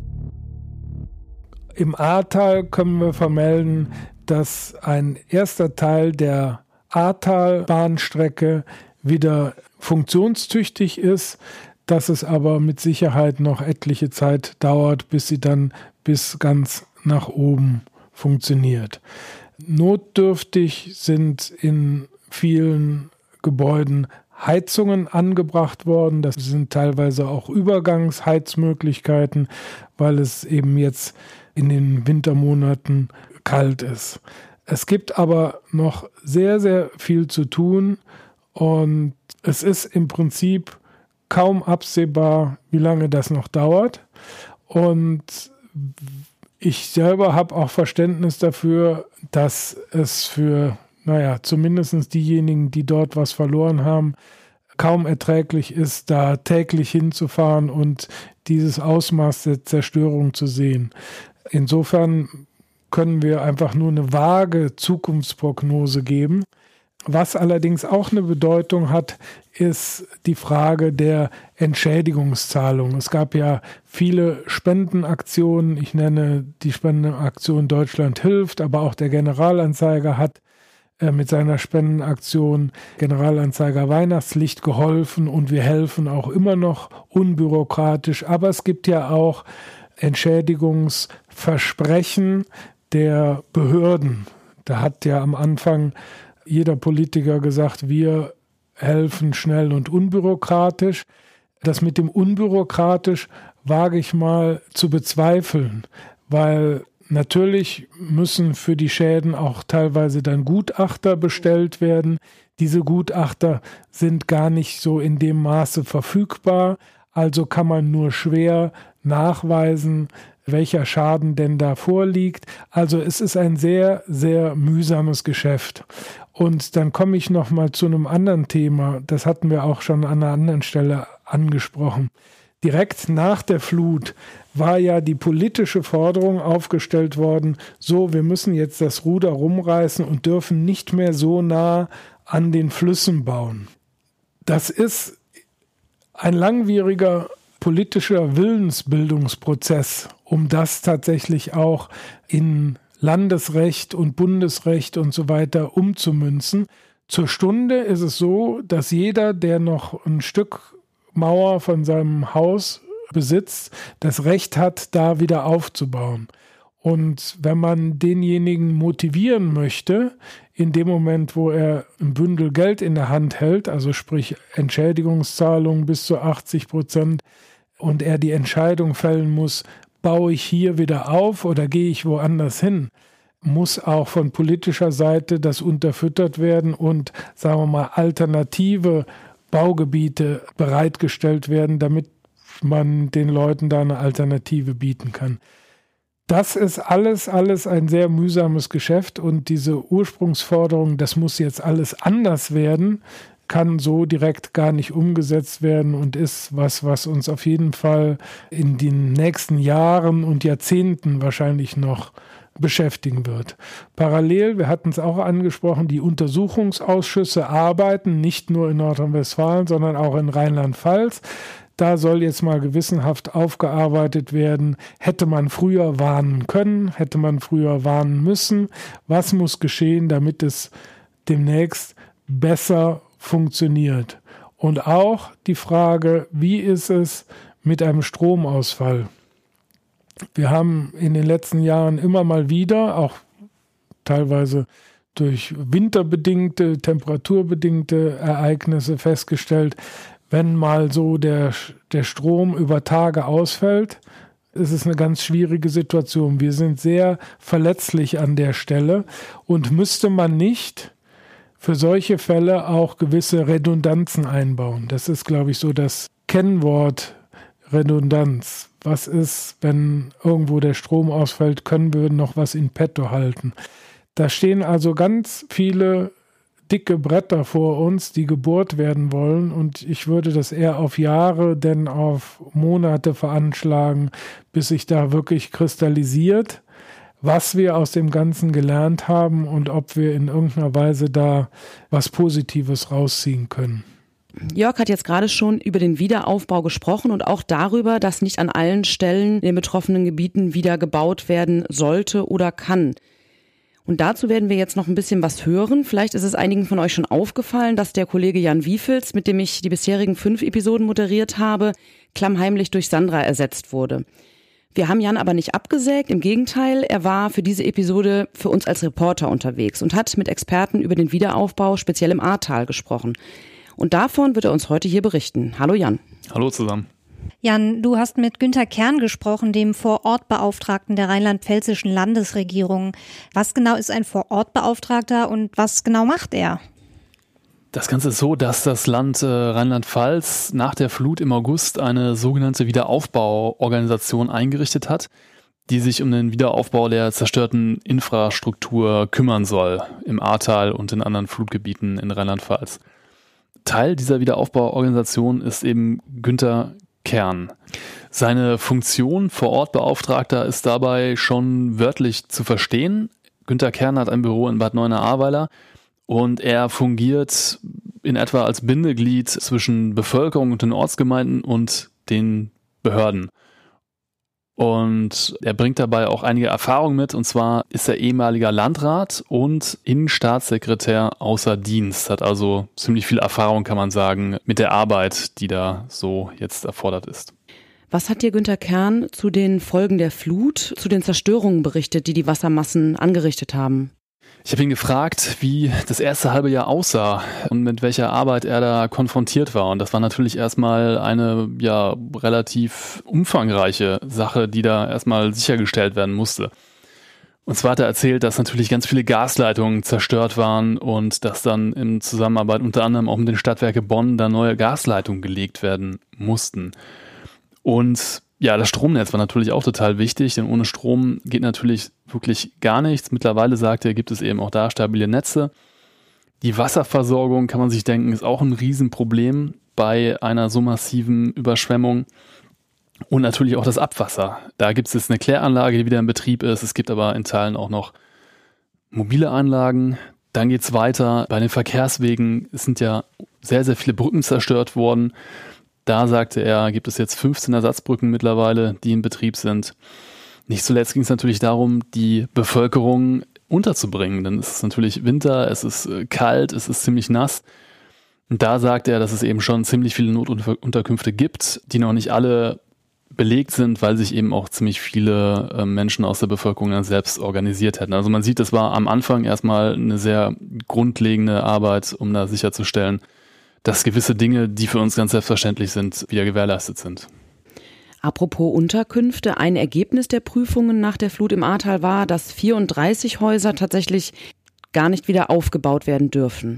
Im Ahrtal können wir vermelden, dass ein erster Teil der Ahrtal-Bahnstrecke wieder funktionstüchtig ist, dass es aber mit Sicherheit noch etliche Zeit dauert, bis sie dann bis ganz nach oben funktioniert. Notdürftig sind in vielen Gebäuden Heizungen angebracht worden. Das sind teilweise auch Übergangsheizmöglichkeiten, weil es eben jetzt in den Wintermonaten kalt ist. Es gibt aber noch sehr, sehr viel zu tun und es ist im Prinzip kaum absehbar, wie lange das noch dauert. Und ich selber habe auch Verständnis dafür, dass es für, zumindest diejenigen, die dort was verloren haben, kaum erträglich ist, da täglich hinzufahren und dieses Ausmaß der Zerstörung zu sehen. Insofern können wir einfach nur eine vage Zukunftsprognose geben. Was allerdings auch eine Bedeutung hat, ist die Frage der Entschädigungszahlung. Es gab ja viele Spendenaktionen. Ich nenne die Spendenaktion Deutschland hilft, aber auch der Generalanzeiger hat mit seiner Spendenaktion Generalanzeiger Weihnachtslicht geholfen und wir helfen auch immer noch unbürokratisch. Aber es gibt ja auch Entschädigungsversprechen der Behörden. Da hat ja am Anfang jeder Politiker gesagt, wir helfen schnell und unbürokratisch. Das mit dem unbürokratisch wage ich mal zu bezweifeln, weil natürlich müssen für die Schäden auch teilweise dann Gutachter bestellt werden. Diese Gutachter sind gar nicht so in dem Maße verfügbar, also kann man nur schwer nachweisen, welcher Schaden denn da vorliegt. Also es ist ein sehr, sehr mühsames Geschäft. Und dann komme ich noch mal zu einem anderen Thema. Das hatten wir auch schon an einer anderen Stelle angesprochen. Direkt nach der Flut war ja die politische Forderung aufgestellt worden, so, wir müssen jetzt das Ruder rumreißen und dürfen nicht mehr so nah an den Flüssen bauen. Das ist ein langwieriger politischer Willensbildungsprozess, um das tatsächlich auch in Landesrecht und Bundesrecht und so weiter umzumünzen. Zur Stunde ist es so, dass jeder, der noch ein Stück Mauer von seinem Haus besitzt, das Recht hat, da wieder aufzubauen. Und wenn man denjenigen motivieren möchte, in dem Moment, wo er ein Bündel Geld in der Hand hält, also sprich Entschädigungszahlungen bis zu 80%, und er die Entscheidung fällen muss, baue ich hier wieder auf oder gehe ich woanders hin, muss auch von politischer Seite das unterfüttert werden und, sagen wir mal, alternative Baugebiete bereitgestellt werden, damit man den Leuten da eine Alternative bieten kann. Das ist alles ein sehr mühsames Geschäft und diese Ursprungsforderung, das muss jetzt alles anders werden, kann so direkt gar nicht umgesetzt werden und ist was uns auf jeden Fall in den nächsten Jahren und Jahrzehnten wahrscheinlich noch beschäftigen wird. Parallel, wir hatten es auch angesprochen, die Untersuchungsausschüsse arbeiten nicht nur in Nordrhein-Westfalen, sondern auch in Rheinland-Pfalz. Da soll jetzt mal gewissenhaft aufgearbeitet werden. Hätte man früher warnen können? Hätte man früher warnen müssen? Was muss geschehen, damit es demnächst besser funktioniert? Und auch die Frage, wie ist es mit einem Stromausfall? Wir haben in den letzten Jahren immer mal wieder, auch teilweise durch winterbedingte, temperaturbedingte Ereignisse festgestellt, wenn mal so der Strom über Tage ausfällt, ist es eine ganz schwierige Situation. Wir sind sehr verletzlich an der Stelle und müsste man nicht für solche Fälle auch gewisse Redundanzen einbauen. Das ist, glaube ich, so das Kennwort Redundanz. Was ist, wenn irgendwo der Strom ausfällt, können wir noch was in petto halten? Da stehen also ganz viele dicke Bretter vor uns, die gebohrt werden wollen, und ich würde das eher auf Jahre, denn auf Monate veranschlagen, bis sich da wirklich kristallisiert, was wir aus dem Ganzen gelernt haben und ob wir in irgendeiner Weise da was Positives rausziehen können. Jörg hat jetzt gerade schon über den Wiederaufbau gesprochen und auch darüber, dass nicht an allen Stellen in den betroffenen Gebieten wieder gebaut werden sollte oder kann. Und dazu werden wir jetzt noch ein bisschen was hören. Vielleicht ist es einigen von euch schon aufgefallen, dass der Kollege Jan Wiefels, mit dem ich die bisherigen 5 Episoden moderiert habe, klammheimlich durch Sandra ersetzt wurde. Wir haben Jan aber nicht abgesägt, im Gegenteil, er war für diese Episode für uns als Reporter unterwegs und hat mit Experten über den Wiederaufbau speziell im Ahrtal gesprochen. Und davon wird er uns heute hier berichten. Hallo Jan. Hallo zusammen. Jan, du hast mit Günther Kern gesprochen, dem Vorortbeauftragten der rheinland-pfälzischen Landesregierung. Was genau ist ein Vorortbeauftragter und was genau macht er? Das Ganze ist so, dass das Land Rheinland-Pfalz nach der Flut im August eine sogenannte Wiederaufbauorganisation eingerichtet hat, die sich um den Wiederaufbau der zerstörten Infrastruktur kümmern soll, im Ahrtal und in anderen Flutgebieten in Rheinland-Pfalz. Teil dieser Wiederaufbauorganisation ist eben Günther Kern. Seine Funktion Vorortbeauftragter ist dabei schon wörtlich zu verstehen. Günther Kern hat ein Büro in Bad Neuenahr-Ahrweiler und er fungiert in etwa als Bindeglied zwischen Bevölkerung und den Ortsgemeinden und den Behörden. Und er bringt dabei auch einige Erfahrungen mit, und zwar ist er ehemaliger Landrat und Innenstaatssekretär außer Dienst, hat also ziemlich viel Erfahrung, kann man sagen, mit der Arbeit, die da so jetzt erfordert ist. Was hat dir Günther Kern zu den Folgen der Flut, zu den Zerstörungen berichtet, die die Wassermassen angerichtet haben? Ich habe ihn gefragt, wie das erste halbe Jahr aussah und mit welcher Arbeit er da konfrontiert war. Und das war natürlich erstmal eine relativ umfangreiche Sache, die da erstmal sichergestellt werden musste. Und zwar hat er erzählt, dass natürlich ganz viele Gasleitungen zerstört waren und dass dann in Zusammenarbeit unter anderem auch mit den Stadtwerke Bonn da neue Gasleitungen gelegt werden mussten. Und ja, das Stromnetz war natürlich auch total wichtig, denn ohne Strom geht natürlich wirklich gar nichts. Mittlerweile, sagt er, gibt es eben auch da stabile Netze. Die Wasserversorgung, kann man sich denken, ist auch ein Riesenproblem bei einer so massiven Überschwemmung. Und natürlich auch das Abwasser. Da gibt es jetzt eine Kläranlage, die wieder in Betrieb ist. Es gibt aber in Teilen auch noch mobile Anlagen. Dann geht es weiter. Bei den Verkehrswegen sind ja sehr, sehr viele Brücken zerstört worden. Da, sagte er, gibt es jetzt 15 Ersatzbrücken mittlerweile, die in Betrieb sind. Nicht zuletzt ging es natürlich darum, die Bevölkerung unterzubringen. Denn es ist natürlich Winter, es ist kalt, es ist ziemlich nass. Und da sagt er, dass es eben schon ziemlich viele Notunterkünfte gibt, die noch nicht alle belegt sind, weil sich eben auch ziemlich viele Menschen aus der Bevölkerung dann selbst organisiert hätten. Also man sieht, das war am Anfang erstmal eine sehr grundlegende Arbeit, um da sicherzustellen, dass gewisse Dinge, die für uns ganz selbstverständlich sind, wieder gewährleistet sind. Apropos Unterkünfte, ein Ergebnis der Prüfungen nach der Flut im Ahrtal war, dass 34 Häuser tatsächlich gar nicht wieder aufgebaut werden dürfen.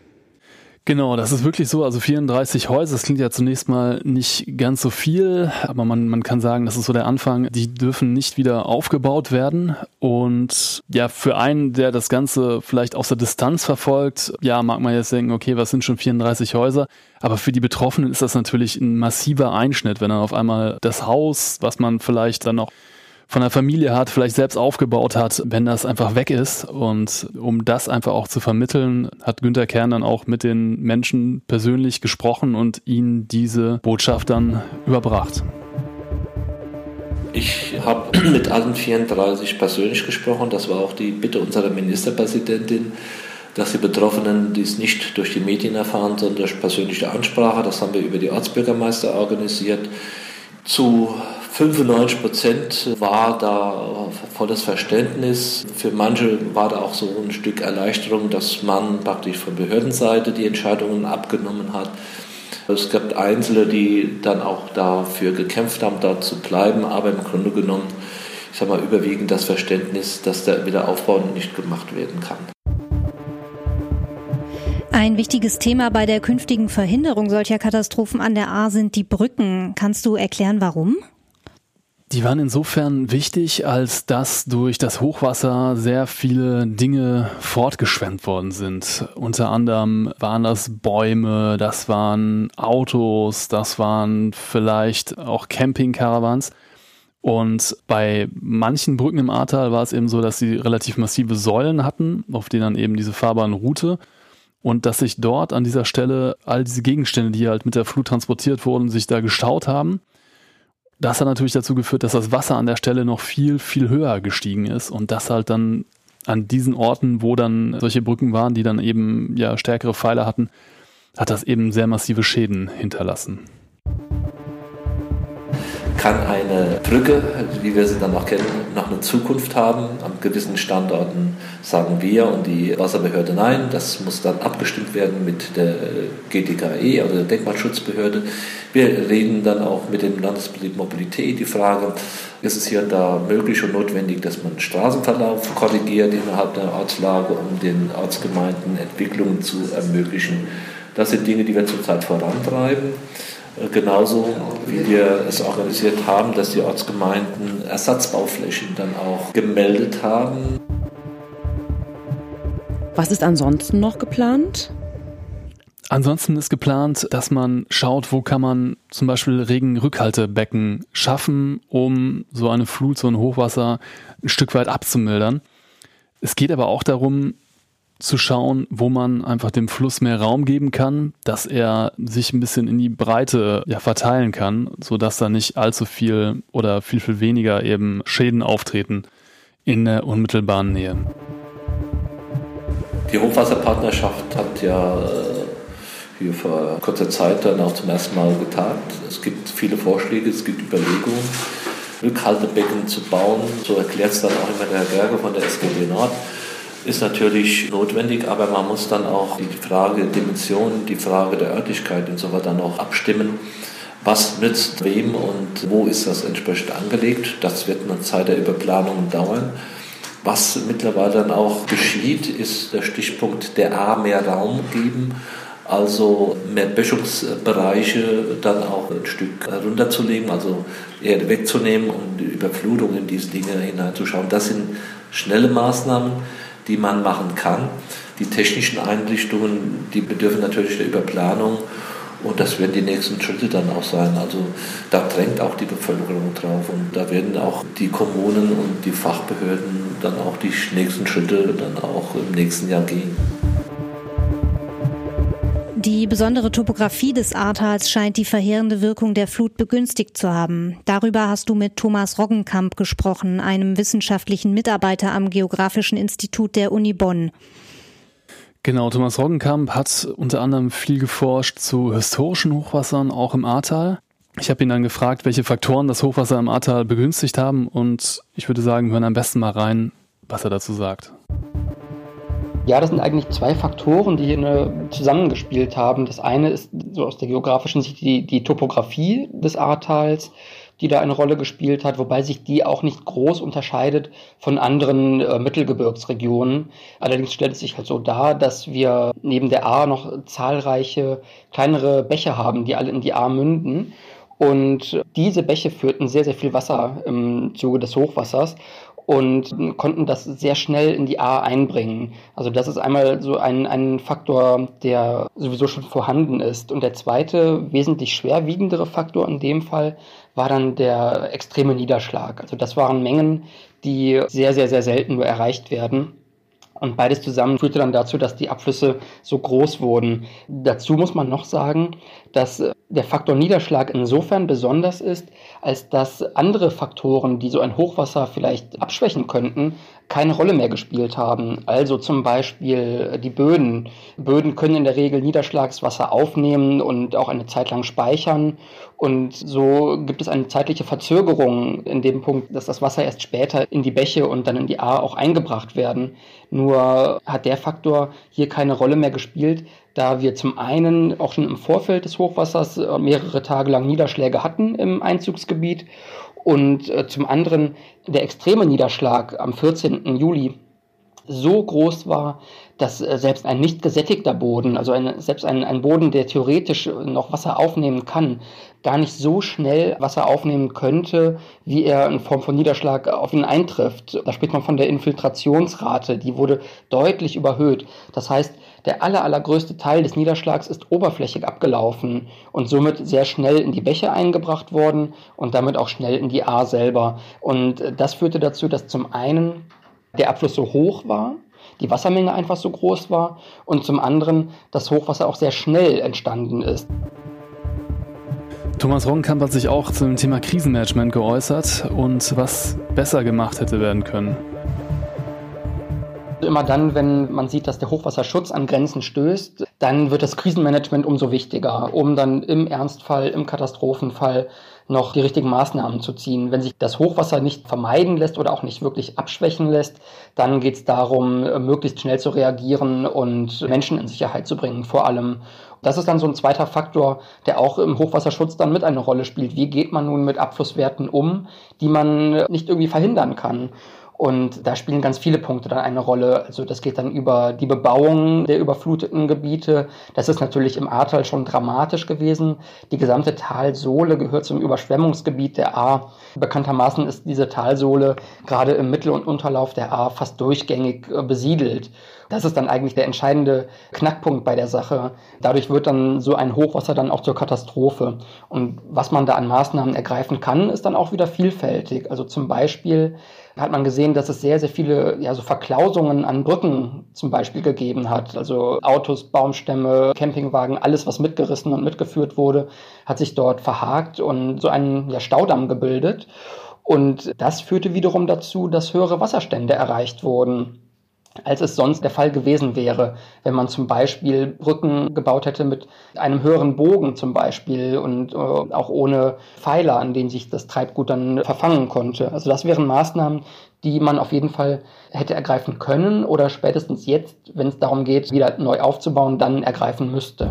Genau, das ist wirklich so. Also 34 Häuser, das klingt ja zunächst mal nicht ganz so viel, aber man kann sagen, das ist so der Anfang. Die dürfen nicht wieder aufgebaut werden. Und ja, für einen, der das Ganze vielleicht aus der Distanz verfolgt, ja, mag man jetzt denken, okay, was sind schon 34 Häuser? Aber für die Betroffenen ist das natürlich ein massiver Einschnitt, wenn dann auf einmal das Haus, was man vielleicht dann noch von der Familie hat, vielleicht selbst aufgebaut hat, wenn das einfach weg ist. Und um das einfach auch zu vermitteln, hat Günther Kern dann auch mit den Menschen persönlich gesprochen und ihnen diese Botschaft dann überbracht. Ich habe mit allen 34 persönlich gesprochen. Das war auch die Bitte unserer Ministerpräsidentin, dass die Betroffenen dies nicht durch die Medien erfahren, sondern durch persönliche Ansprache. Das haben wir über die Ortsbürgermeister organisiert. Zu 95% war da volles Verständnis. Für manche war da auch so ein Stück Erleichterung, dass man praktisch von Behördenseite die Entscheidungen abgenommen hat. Es gab Einzelne, die dann auch dafür gekämpft haben, dort zu bleiben, aber im Grunde genommen, ich sage mal, überwiegend das Verständnis, dass der Wiederaufbau nicht gemacht werden kann. Ein wichtiges Thema bei der künftigen Verhinderung solcher Katastrophen an der Ahr sind die Brücken. Kannst du erklären, warum? Die waren insofern wichtig, als dass durch das Hochwasser sehr viele Dinge fortgeschwemmt worden sind. Unter anderem waren das Bäume, das waren Autos, das waren vielleicht auch Campingcaravans. Und bei manchen Brücken im Ahrtal war es eben so, dass sie relativ massive Säulen hatten, auf denen dann eben diese fahrbaren Route. Und dass sich dort an dieser Stelle all diese Gegenstände, die halt mit der Flut transportiert wurden, sich da gestaut haben. Das hat natürlich dazu geführt, dass das Wasser an der Stelle noch viel, viel höher gestiegen ist und das halt dann an diesen Orten, wo dann solche Brücken waren, die dann eben ja stärkere Pfeiler hatten, hat das eben sehr massive Schäden hinterlassen. Kann eine Brücke, wie wir sie dann auch kennen, noch eine Zukunft haben? An gewissen Standorten sagen wir und die Wasserbehörde nein. Das muss dann abgestimmt werden mit der GDKE, also der Denkmalschutzbehörde. Wir reden dann auch mit dem Landesbetrieb Mobilität die Frage, ist es hier und da möglich und notwendig, dass man den Straßenverlauf korrigiert innerhalb der Ortslage, um den Ortsgemeinden Entwicklungen zu ermöglichen. Das sind Dinge, die wir zurzeit vorantreiben. Genauso wie wir es organisiert haben, dass die Ortsgemeinden Ersatzbauflächen dann auch gemeldet haben. Was ist ansonsten noch geplant? Ansonsten ist geplant, dass man schaut, wo kann man zum Beispiel Regenrückhaltebecken schaffen, um so eine Flut, so ein Hochwasser ein Stück weit abzumildern. Es geht aber auch darum, zu schauen, wo man einfach dem Fluss mehr Raum geben kann, dass er sich ein bisschen in die Breite verteilen kann, sodass da nicht allzu viel oder viel, viel weniger eben Schäden auftreten in der unmittelbaren Nähe. Die Hochwasserpartnerschaft hat ja hier vor kurzer Zeit dann auch zum ersten Mal getagt. Es gibt viele Vorschläge, es gibt Überlegungen, Rückhaltebecken zu bauen. So erklärt es dann auch immer der Herr Gerge von der SGB Nord. Ist natürlich notwendig, aber man muss dann auch die Frage der Dimension, die Frage der Örtlichkeit und so weiter noch abstimmen. Was nützt wem und wo ist das entsprechend angelegt? Das wird eine Zeit der Überplanung dauern. Was mittlerweile dann auch geschieht, ist der Stichpunkt der A, mehr Raum geben, also mehr Böschungsbereiche dann auch ein Stück runterzulegen, also Erde wegzunehmen und die Überflutung in diese Dinge hineinzuschauen. Das sind schnelle Maßnahmen, die man machen kann. Die technischen Einrichtungen, die bedürfen natürlich der Überplanung und das werden die nächsten Schritte dann auch sein. Also da drängt auch die Bevölkerung drauf und da werden auch die Kommunen und die Fachbehörden dann auch die nächsten Schritte dann auch im nächsten Jahr gehen. Die besondere Topografie des Ahrtals scheint die verheerende Wirkung der Flut begünstigt zu haben. Darüber hast du mit Thomas Roggenkamp gesprochen, einem wissenschaftlichen Mitarbeiter am Geografischen Institut der Uni Bonn. Genau, Thomas Roggenkamp hat unter anderem viel geforscht zu historischen Hochwassern, auch im Ahrtal. Ich habe ihn dann gefragt, welche Faktoren das Hochwasser im Ahrtal begünstigt haben und ich würde sagen, wir hören am besten mal rein, was er dazu sagt. Ja, das sind eigentlich zwei Faktoren, die hier zusammengespielt haben. Das eine ist so aus der geografischen Sicht die Topografie des Ahrtals, die da eine Rolle gespielt hat, wobei sich die auch nicht groß unterscheidet von anderen Mittelgebirgsregionen. Allerdings stellt es sich halt so dar, dass wir neben der Ahr noch zahlreiche kleinere Bäche haben, die alle in die Ahr münden. Und diese Bäche führten sehr, sehr viel Wasser im Zuge des Hochwassers. und konnten das sehr schnell in die Ahr einbringen. Also das ist einmal so ein Faktor, der sowieso schon vorhanden ist. Und der zweite, wesentlich schwerwiegendere Faktor in dem Fall war dann der extreme Niederschlag. Also das waren Mengen, die sehr, sehr, sehr selten nur erreicht werden. Und beides zusammen führte dann dazu, dass die Abflüsse so groß wurden. Dazu muss man noch sagen, dass der Faktor Niederschlag insofern besonders ist, als dass andere Faktoren, die so ein Hochwasser vielleicht abschwächen könnten, keine Rolle mehr gespielt haben. Also zum Beispiel die Böden. Böden können in der Regel Niederschlagswasser aufnehmen und auch eine Zeit lang speichern. Und so gibt es eine zeitliche Verzögerung in dem Punkt, dass das Wasser erst später in die Bäche und dann in die Ahr auch eingebracht werden. Nur hat der Faktor hier keine Rolle mehr gespielt, da wir zum einen auch schon im Vorfeld des Hochwassers mehrere Tage lang Niederschläge hatten im Einzugsgebiet und zum anderen der extreme Niederschlag am 14. Juli so groß war, dass selbst ein nicht gesättigter Boden, also selbst ein Boden, der theoretisch noch Wasser aufnehmen kann, gar nicht so schnell Wasser aufnehmen könnte, wie er in Form von Niederschlag auf ihn eintrifft. Da spricht man von der Infiltrationsrate, die wurde deutlich überhöht. Das heißt, der allergrößte Teil des Niederschlags ist oberflächig abgelaufen und somit sehr schnell in die Bäche eingebracht worden und damit auch schnell in die Ahr selber. Und das führte dazu, dass zum einen der Abfluss so hoch war, die Wassermenge einfach so groß war und zum anderen das Hochwasser auch sehr schnell entstanden ist. Thomas Roggenkamp hat sich auch zum Thema Krisenmanagement geäußert und was besser gemacht hätte werden können. Immer dann, wenn man sieht, dass der Hochwasserschutz an Grenzen stößt, dann wird das Krisenmanagement umso wichtiger, um dann im Ernstfall, im Katastrophenfall noch die richtigen Maßnahmen zu ziehen. Wenn sich das Hochwasser nicht vermeiden lässt oder auch nicht wirklich abschwächen lässt, dann geht es darum, möglichst schnell zu reagieren und Menschen in Sicherheit zu bringen, vor allem. Das ist dann so ein zweiter Faktor, der auch im Hochwasserschutz dann mit eine Rolle spielt. Wie geht man nun mit Abflusswerten um, die man nicht irgendwie verhindern kann? Und da spielen ganz viele Punkte dann eine Rolle. Also das geht dann über die Bebauung der überfluteten Gebiete. Das ist natürlich im Ahrtal schon dramatisch gewesen. Die gesamte Talsohle gehört zum Überschwemmungsgebiet der Ahr. Bekanntermaßen ist diese Talsohle gerade im Mittel- und Unterlauf der Ahr fast durchgängig besiedelt. Das ist dann eigentlich der entscheidende Knackpunkt bei der Sache. Dadurch wird dann so ein Hochwasser dann auch zur Katastrophe. Und was man da an Maßnahmen ergreifen kann, ist dann auch wieder vielfältig. Also zum Beispiel hat man gesehen, dass es sehr, sehr viele so Verklausungen an Brücken zum Beispiel gegeben hat. Also Autos, Baumstämme, Campingwagen, alles, was mitgerissen und mitgeführt wurde, hat sich dort verhakt und so einen Staudamm gebildet. Und das führte wiederum dazu, dass höhere Wasserstände erreicht wurden, als es sonst der Fall gewesen wäre, wenn man zum Beispiel Brücken gebaut hätte mit einem höheren Bogen zum Beispiel und auch ohne Pfeiler, an denen sich das Treibgut dann verfangen konnte. Also das wären Maßnahmen, die man auf jeden Fall hätte ergreifen können oder spätestens jetzt, wenn es darum geht, wieder neu aufzubauen, dann ergreifen müsste.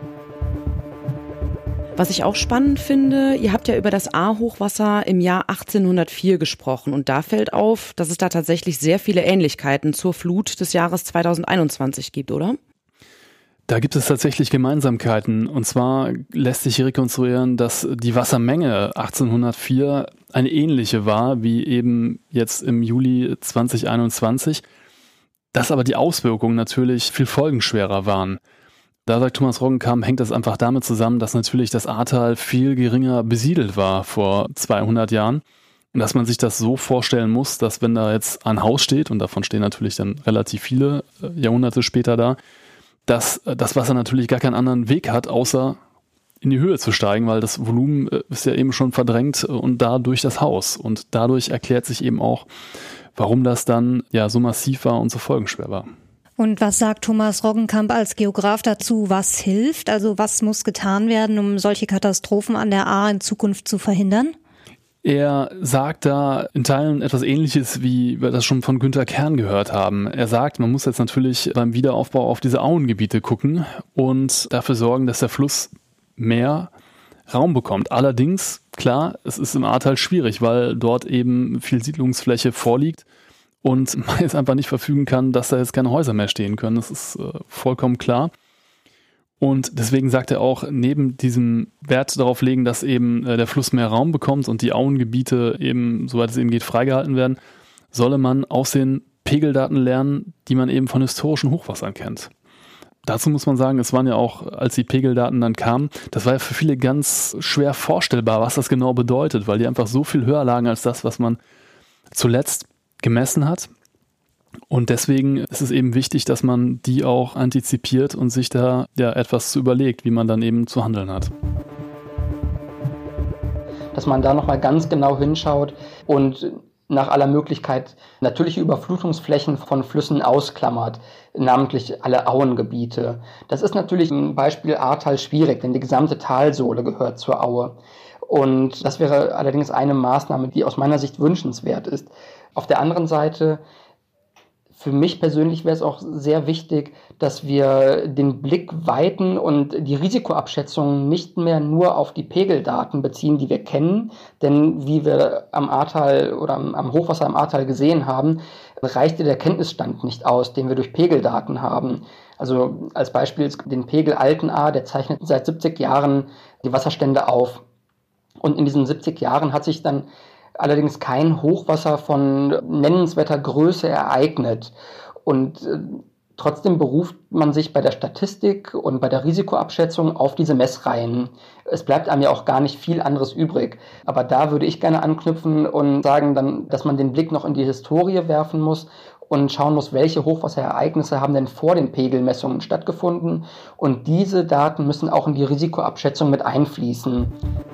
Was ich auch spannend finde, ihr habt ja über das Ahr-Hochwasser im Jahr 1804 gesprochen und da fällt auf, dass es da tatsächlich sehr viele Ähnlichkeiten zur Flut des Jahres 2021 gibt, oder? Da gibt es tatsächlich Gemeinsamkeiten und zwar lässt sich rekonstruieren, dass die Wassermenge 1804 eine ähnliche war wie eben jetzt im Juli 2021, dass aber die Auswirkungen natürlich viel folgenschwerer waren. Da sagt Thomas Roggenkamp, hängt das einfach damit zusammen, dass natürlich das Ahrtal viel geringer besiedelt war vor 200 Jahren und dass man sich das so vorstellen muss, dass wenn da jetzt ein Haus steht, und davon stehen natürlich dann relativ viele Jahrhunderte später da, dass das Wasser natürlich gar keinen anderen Weg hat, außer in die Höhe zu steigen, weil das Volumen ist ja eben schon verdrängt und da durch das Haus. Und dadurch erklärt sich eben auch, warum das dann so massiv war und so folgenschwer war. Und was sagt Thomas Roggenkamp als Geograf dazu? Was hilft? Also was muss getan werden, um solche Katastrophen an der Ahr in Zukunft zu verhindern? Er sagt da in Teilen etwas Ähnliches, wie wir das schon von Günther Kern gehört haben. Er sagt, man muss jetzt natürlich beim Wiederaufbau auf diese Auengebiete gucken und dafür sorgen, dass der Fluss mehr Raum bekommt. Allerdings, klar, es ist im Ahrtal schwierig, weil dort eben viel Siedlungsfläche vorliegt und man jetzt einfach nicht verfügen kann, dass da jetzt keine Häuser mehr stehen können. Das ist vollkommen klar. Und deswegen sagt er auch, neben diesem Wert darauf legen, dass eben der Fluss mehr Raum bekommt und die Auengebiete eben, soweit es eben geht, freigehalten werden, solle man aus den Pegeldaten lernen, die man eben von historischen Hochwassern kennt. Dazu muss man sagen, es waren ja auch, als die Pegeldaten dann kamen, das war ja für viele ganz schwer vorstellbar, was das genau bedeutet, weil die einfach so viel höher lagen als das, was man zuletzt gemessen hat. Und deswegen ist es eben wichtig, dass man die auch antizipiert und sich da ja etwas zu überlegt, wie man dann eben zu handeln hat. Dass man da nochmal ganz genau hinschaut und nach aller Möglichkeit natürliche Überflutungsflächen von Flüssen ausklammert, namentlich alle Auengebiete. Das ist natürlich im Beispiel Ahrtal schwierig, denn die gesamte Talsohle gehört zur Aue. Und das wäre allerdings eine Maßnahme, die aus meiner Sicht wünschenswert ist. Auf der anderen Seite, für mich persönlich wäre es auch sehr wichtig, dass wir den Blick weiten und die Risikoabschätzung nicht mehr nur auf die Pegeldaten beziehen, die wir kennen. Denn wie wir am Ahrtal oder am Hochwasser am Ahrtal gesehen haben, reichte der Kenntnisstand nicht aus, den wir durch Pegeldaten haben. Also als Beispiel den Pegel Altenahr, der zeichnet seit 70 Jahren die Wasserstände auf. Und in diesen 70 Jahren hat sich dann allerdings kein Hochwasser von nennenswerter Größe ereignet. Und trotzdem beruft man sich bei der Statistik und bei der Risikoabschätzung auf diese Messreihen. Es bleibt einem ja auch gar nicht viel anderes übrig. Aber da würde ich gerne anknüpfen und sagen dann, dass man den Blick noch in die Historie werfen muss und schauen muss, welche Hochwasserereignisse haben denn vor den Pegelmessungen stattgefunden. Und diese Daten müssen auch in die Risikoabschätzung mit einfließen.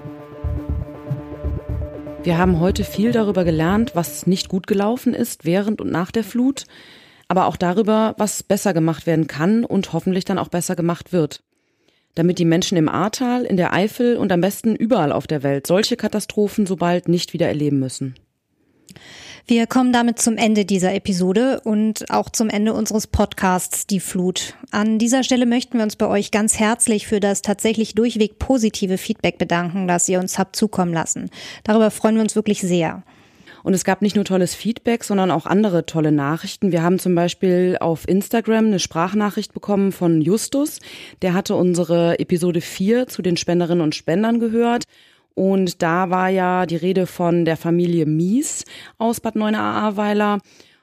Wir haben heute viel darüber gelernt, was nicht gut gelaufen ist während und nach der Flut, aber auch darüber, was besser gemacht werden kann und hoffentlich dann auch besser gemacht wird. Damit die Menschen im Ahrtal, in der Eifel und am besten überall auf der Welt solche Katastrophen so bald nicht wieder erleben müssen. Wir kommen damit zum Ende dieser Episode und auch zum Ende unseres Podcasts Die Flut. An dieser Stelle möchten wir uns bei euch ganz herzlich für das tatsächlich durchweg positive Feedback bedanken, das ihr uns habt zukommen lassen. Darüber freuen wir uns wirklich sehr. Und es gab nicht nur tolles Feedback, sondern auch andere tolle Nachrichten. Wir haben zum Beispiel auf Instagram eine Sprachnachricht bekommen von Justus. Der hatte unsere Episode 4 zu den Spenderinnen und Spendern gehört. Und da war ja die Rede von der Familie Mies aus Bad Neuenahr-Ahrweiler,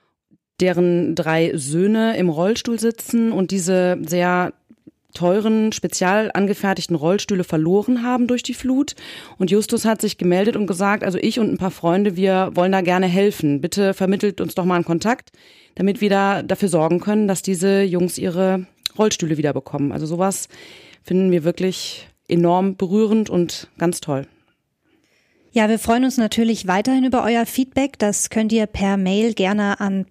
deren 3 Söhne im Rollstuhl sitzen und diese sehr teuren, spezial angefertigten Rollstühle verloren haben durch die Flut. Und Justus hat sich gemeldet und gesagt, also ich und ein paar Freunde, wir wollen da gerne helfen. Bitte vermittelt uns doch mal einen Kontakt, damit wir da dafür sorgen können, dass diese Jungs ihre Rollstühle wieder bekommen. Also sowas finden wir wirklich enorm berührend und ganz toll. Ja, wir freuen uns natürlich weiterhin über euer Feedback. Das könnt ihr per Mail gerne an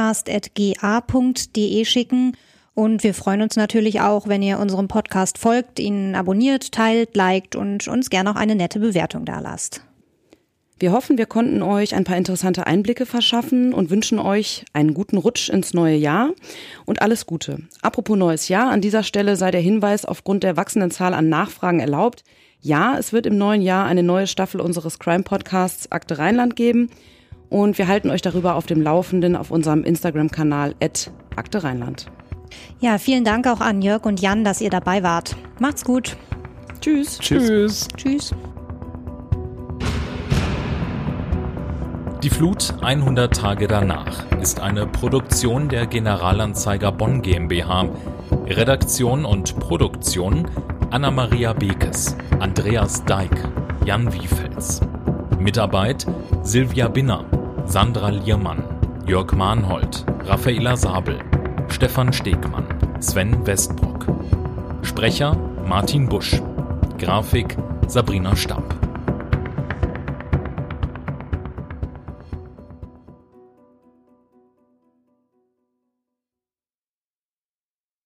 podcast@ga.de schicken. Und wir freuen uns natürlich auch, wenn ihr unserem Podcast folgt, ihn abonniert, teilt, liked und uns gerne auch eine nette Bewertung dalasst. Wir hoffen, wir konnten euch ein paar interessante Einblicke verschaffen und wünschen euch einen guten Rutsch ins neue Jahr und alles Gute. Apropos neues Jahr, an dieser Stelle sei der Hinweis aufgrund der wachsenden Zahl an Nachfragen erlaubt. Ja, es wird im neuen Jahr eine neue Staffel unseres Crime-Podcasts Akte Rheinland geben und wir halten euch darüber auf dem Laufenden auf unserem Instagram-Kanal @Akte Rheinland. Ja, vielen Dank auch an Jörg und Jan, dass ihr dabei wart. Macht's gut. Tschüss. Tschüss. Tschüss. Die Flut 100 Tage danach ist eine Produktion der Generalanzeiger Bonn GmbH. Redaktion und Produktion Anna-Maria Bekes, Andreas Deik, Jan Wiefels. Mitarbeit Silvia Binner, Sandra Liermann, Jörg Mahnhold, Raffaela Sabel, Stefan Stegmann, Sven Westbrock. Sprecher Martin Busch. Grafik Sabrina Stapp.